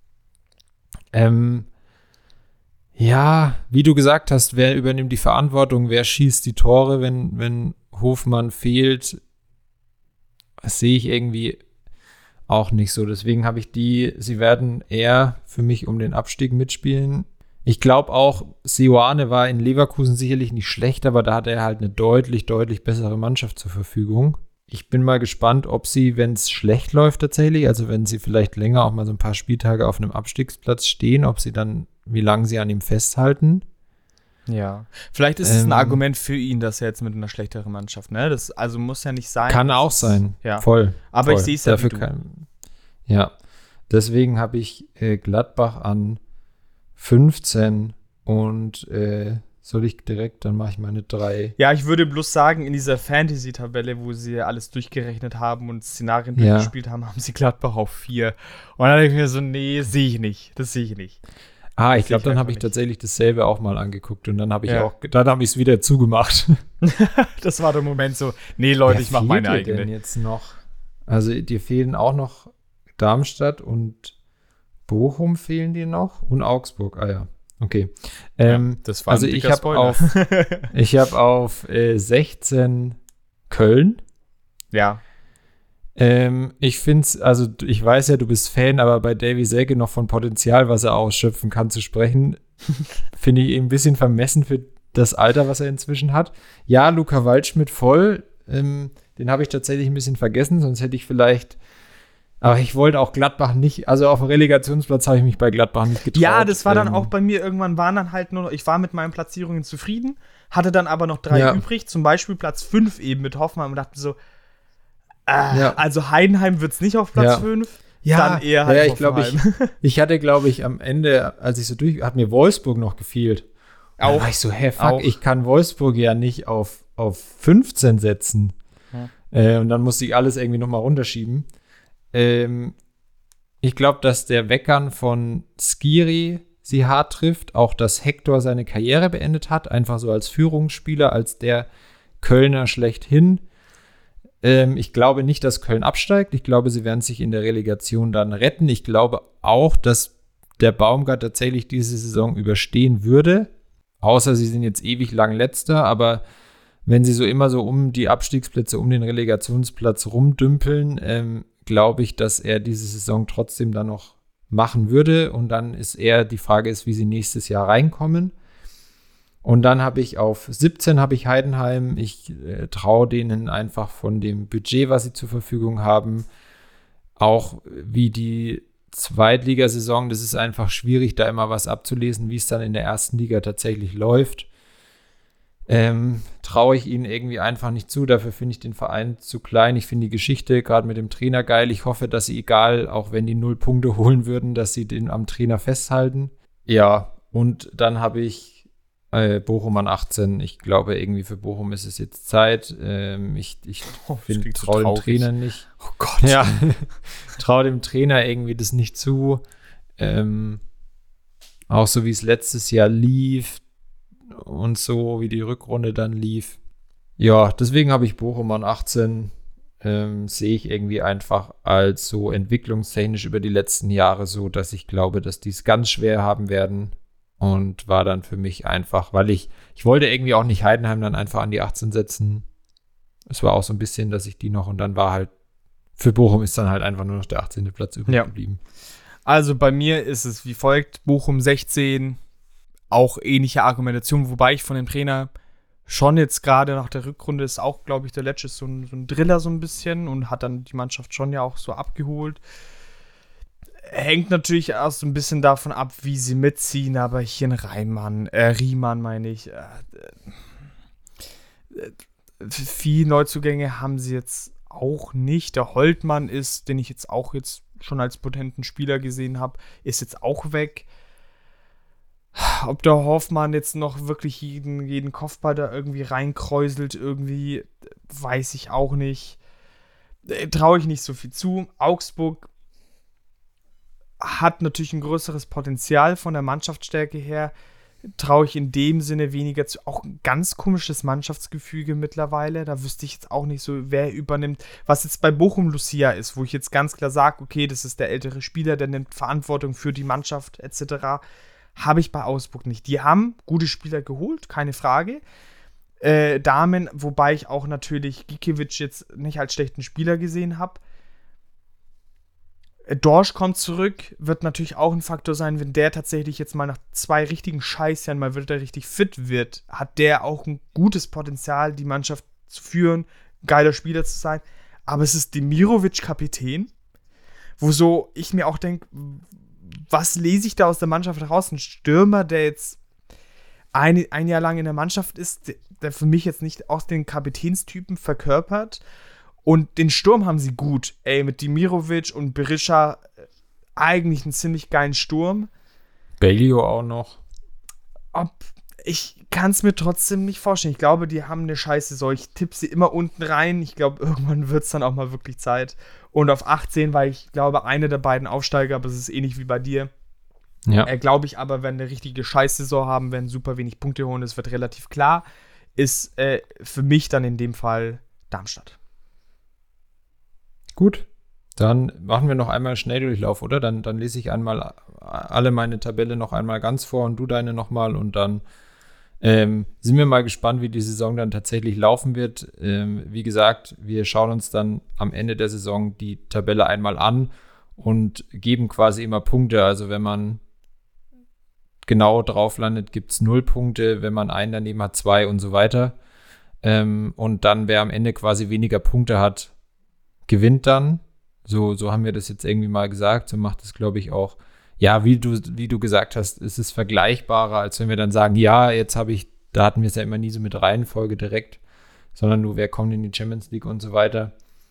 Ja, wie du gesagt hast, wer übernimmt die Verantwortung, wer schießt die Tore, wenn Hofmann fehlt, das sehe ich irgendwie auch nicht so. Deswegen habe ich sie werden eher für mich um den Abstieg mitspielen. Ich glaube auch, Seoane war in Leverkusen sicherlich nicht schlecht, aber da hat er halt eine deutlich, deutlich bessere Mannschaft zur Verfügung. Ich bin mal gespannt, ob sie, wenn es schlecht läuft tatsächlich, also wenn sie vielleicht länger auch mal so ein paar Spieltage auf einem Abstiegsplatz stehen, ob sie dann, wie lange sie an ihm festhalten. Ja, vielleicht ist es ein Argument für ihn, dass er jetzt mit einer schlechteren Mannschaft, ne? Das also muss ja nicht sein. Kann auch sein, ja. Voll. Aber voll. Ich sehe es ja wie du. Ja, deswegen habe ich Gladbach an 15 und soll ich direkt, dann mache ich meine 3. Ja, ich würde bloß sagen, in dieser Fantasy-Tabelle, wo sie alles durchgerechnet haben und Szenarien durchgespielt haben, haben sie Gladbach auf 4. Und dann denke ich mir so, nee, sehe ich nicht. Das sehe ich nicht. Ich glaube, dann habe ich tatsächlich dasselbe auch mal angeguckt und dann habe ich dann habe ich es wieder zugemacht. Das war der Moment so, nee, Leute, ich mache meine eigene. Denn jetzt noch? Also dir fehlen auch noch Darmstadt und Bochum fehlen dir noch und Augsburg. Ah ja, okay. Das war also ich habe auf 16 Köln. Ja. Ich finde es, also ich weiß ja, du bist Fan, aber bei Davy Selke noch von Potenzial, was er ausschöpfen kann, zu sprechen, finde ich eben ein bisschen vermessen für das Alter, was er inzwischen hat. Ja, Luca Waldschmidt voll, den habe ich tatsächlich ein bisschen vergessen, sonst hätte ich vielleicht, aber ich wollte auch Gladbach nicht, also auf dem Relegationsplatz habe ich mich bei Gladbach nicht getraut. Ja, das war dann auch bei mir, irgendwann waren dann halt nur noch, ich war mit meinen Platzierungen zufrieden, hatte dann aber noch 3 übrig, zum Beispiel Platz 5 eben mit Hoffmann und dachte so, also Heidenheim wird es nicht auf Platz 5. Ja, dann eher halt ich glaube, ich hatte, glaube ich, am Ende, als ich so hat mir Wolfsburg noch gefehlt. Da war ich so, ich kann Wolfsburg ja nicht auf 15 setzen. Ja. Und dann musste ich alles irgendwie noch mal runterschieben. Ich glaube, dass der Weckern von Skiri sie hart trifft. Auch, dass Hector seine Karriere beendet hat. Einfach so als Führungsspieler, als der Kölner schlechthin. Ich glaube nicht, dass Köln absteigt. Ich glaube, sie werden sich in der Relegation dann retten. Ich glaube auch, dass der Baumgart tatsächlich diese Saison überstehen würde. Außer sie sind jetzt ewig lang Letzter. Aber wenn sie so immer so um die Abstiegsplätze, um den Relegationsplatz rumdümpeln, glaube ich, dass er diese Saison trotzdem dann noch machen würde. Und dann ist eher die Frage, wie sie nächstes Jahr reinkommen. Und dann habe ich auf 17 habe ich Heidenheim. Ich traue denen einfach von dem Budget, was sie zur Verfügung haben. Auch wie die Zweitligasaison, das ist einfach schwierig, da immer was abzulesen, wie es dann in der ersten Liga tatsächlich läuft. Traue ich ihnen irgendwie einfach nicht zu. Dafür finde ich den Verein zu klein. Ich finde die Geschichte gerade mit dem Trainer geil. Ich hoffe, dass sie, egal, auch wenn die 0 Punkte holen würden, dass sie den am Trainer festhalten. Ja, und dann habe ich Bochum an 18. Ich glaube, irgendwie für Bochum ist es jetzt Zeit. Ich traue dem Trainer nicht. Oh Gott. Ja, traue dem Trainer irgendwie das nicht zu. Auch so, wie es letztes Jahr lief und so, wie die Rückrunde dann lief. Ja, deswegen habe ich Bochum an 18. Sehe ich irgendwie einfach als so entwicklungstechnisch über die letzten Jahre so, dass ich glaube, dass die es ganz schwer haben werden. Und war dann für mich einfach, weil ich wollte irgendwie auch nicht Heidenheim dann einfach an die 18 setzen. Es war auch so ein bisschen, dass ich die noch, und dann war halt, für Bochum ist dann halt einfach nur noch der 18. Platz übrig geblieben. Also bei mir ist es wie folgt: Bochum 16, auch ähnliche Argumentation, wobei ich von dem Trainer schon jetzt gerade nach der Rückrunde ist auch, glaube ich, der Letsch ist so ein Driller so ein bisschen und hat dann die Mannschaft schon ja auch so abgeholt. Hängt natürlich auch so ein bisschen davon ab, wie sie mitziehen, aber hier in Riemann meine ich, viele Neuzugänge haben sie jetzt auch nicht. Der Holtmann ist, den ich jetzt auch schon als potenten Spieler gesehen habe, ist jetzt auch weg. Ob der Hoffmann jetzt noch wirklich jeden Kopfball da irgendwie reinkräuselt, irgendwie, weiß ich auch nicht. Traue ich nicht so viel zu. Augsburg hat natürlich ein größeres Potenzial von der Mannschaftsstärke her. Traue ich in dem Sinne weniger zu. Auch ein ganz komisches Mannschaftsgefüge mittlerweile. Da wüsste ich jetzt auch nicht so, wer übernimmt. Was jetzt bei Bochum Lucia ist, wo ich jetzt ganz klar sage, okay, das ist der ältere Spieler, der nimmt Verantwortung für die Mannschaft etc., habe ich bei Augsburg nicht. Die haben gute Spieler geholt, keine Frage. Damen, wobei ich auch natürlich Gikiewicz jetzt nicht als schlechten Spieler gesehen habe. Dorsch kommt zurück, wird natürlich auch ein Faktor sein, wenn der tatsächlich jetzt mal nach 2 richtigen Scheißjahren mal wieder richtig fit wird, hat der auch ein gutes Potenzial, die Mannschaft zu führen, geiler Spieler zu sein. Aber es ist Demirovic Kapitän, wo so ich mir auch denke, was lese ich da aus der Mannschaft heraus? Ein Stürmer, der jetzt ein Jahr lang in der Mannschaft ist, der für mich jetzt nicht aus den Kapitänstypen verkörpert. Und den Sturm haben sie gut. Mit Demirovic und Berisha eigentlich einen ziemlich geilen Sturm. Bailio auch noch. Ich kann es mir trotzdem nicht vorstellen. Ich glaube, die haben eine scheiße Saison. Ich tippe sie immer unten rein. Ich glaube, irgendwann wird es dann auch mal wirklich Zeit. Und auf 18 war ich glaube, einer der beiden Aufsteiger, aber es ist ähnlich wie bei dir. Ja. Glaube ich aber, wenn eine richtige Scheiß-Saison haben, werden super wenig Punkte holen. Das wird relativ klar. Ist für mich dann in dem Fall Darmstadt. Gut, dann machen wir noch einmal Schnelldurchlauf, oder? Dann lese ich einmal alle meine Tabelle noch einmal ganz vor und du deine nochmal und dann sind wir mal gespannt, wie die Saison dann tatsächlich laufen wird. Wie gesagt, wir schauen uns dann am Ende der Saison die Tabelle einmal an und geben quasi immer Punkte. Also wenn man genau drauf landet, gibt es 0 Punkte, wenn man einen daneben hat, 2 und so weiter. Und dann, wer am Ende quasi weniger Punkte hat, gewinnt dann. So haben wir das jetzt irgendwie mal gesagt. So macht es, glaube ich, auch. Ja, wie du gesagt hast, ist es vergleichbarer, als wenn wir dann sagen, ja, jetzt da hatten wir es ja immer nie so mit Reihenfolge direkt, sondern nur, wer kommt in die Champions League und so weiter.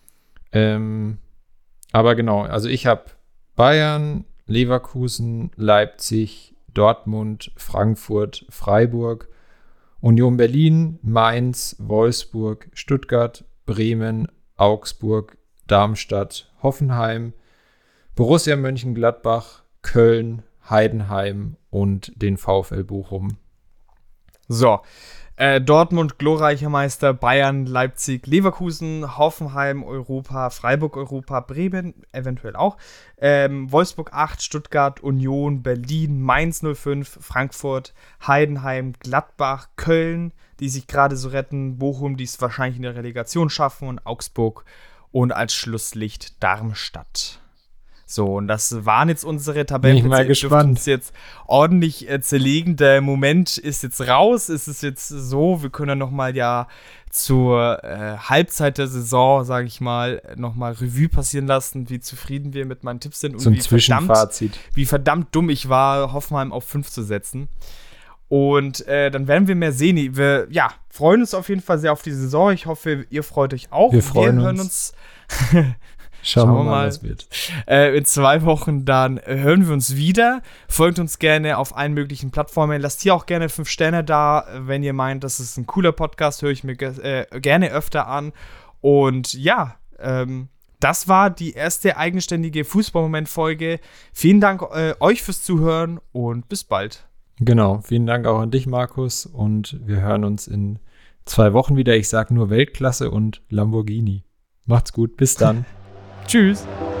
Aber genau, also ich habe Bayern, Leverkusen, Leipzig, Dortmund, Frankfurt, Freiburg, Union Berlin, Mainz, Wolfsburg, Stuttgart, Bremen, Augsburg, Darmstadt, Hoffenheim, Borussia Mönchengladbach, Köln, Heidenheim und den VfL Bochum. So, Dortmund, glorreicher Meister, Bayern, Leipzig, Leverkusen, Hoffenheim, Europa, Freiburg, Europa, Bremen, eventuell auch, Wolfsburg 8, Stuttgart, Union, Berlin, Mainz 05, Frankfurt, Heidenheim, Gladbach, Köln, die sich gerade so retten, Bochum, die es wahrscheinlich in der Relegation schaffen und Augsburg und als Schlusslicht Darmstadt. So, und das waren jetzt unsere Tabellen. Bin ich mal gespannt. Uns jetzt ordentlich zerlegen. Der Moment ist jetzt raus. Es ist jetzt so, wir können ja nochmal zur Halbzeit der Saison, sage ich mal, nochmal Revue passieren lassen, wie zufrieden wir mit meinen Tipps sind. Und zum Zwischenfazit. Wie verdammt dumm ich war, Hoffenheim auf 5 zu setzen. Und dann werden wir mehr sehen. Wir freuen uns auf jeden Fall sehr auf die Saison. Ich hoffe, ihr freut euch auch. Wir hören uns. Schauen wir mal, was wird. In 2 Wochen dann hören wir uns wieder. Folgt uns gerne auf allen möglichen Plattformen. Lasst hier auch gerne 5 Sterne da. Wenn ihr meint, das ist ein cooler Podcast, höre ich mir gerne öfter an. Und das war die erste eigenständige Fußballmoment-Folge. Vielen Dank euch fürs Zuhören und bis bald. Genau, vielen Dank auch an dich, Markus. Und wir hören uns in 2 Wochen wieder. Ich sage nur Weltklasse und Lamborghini. Macht's gut, bis dann. Tschüss.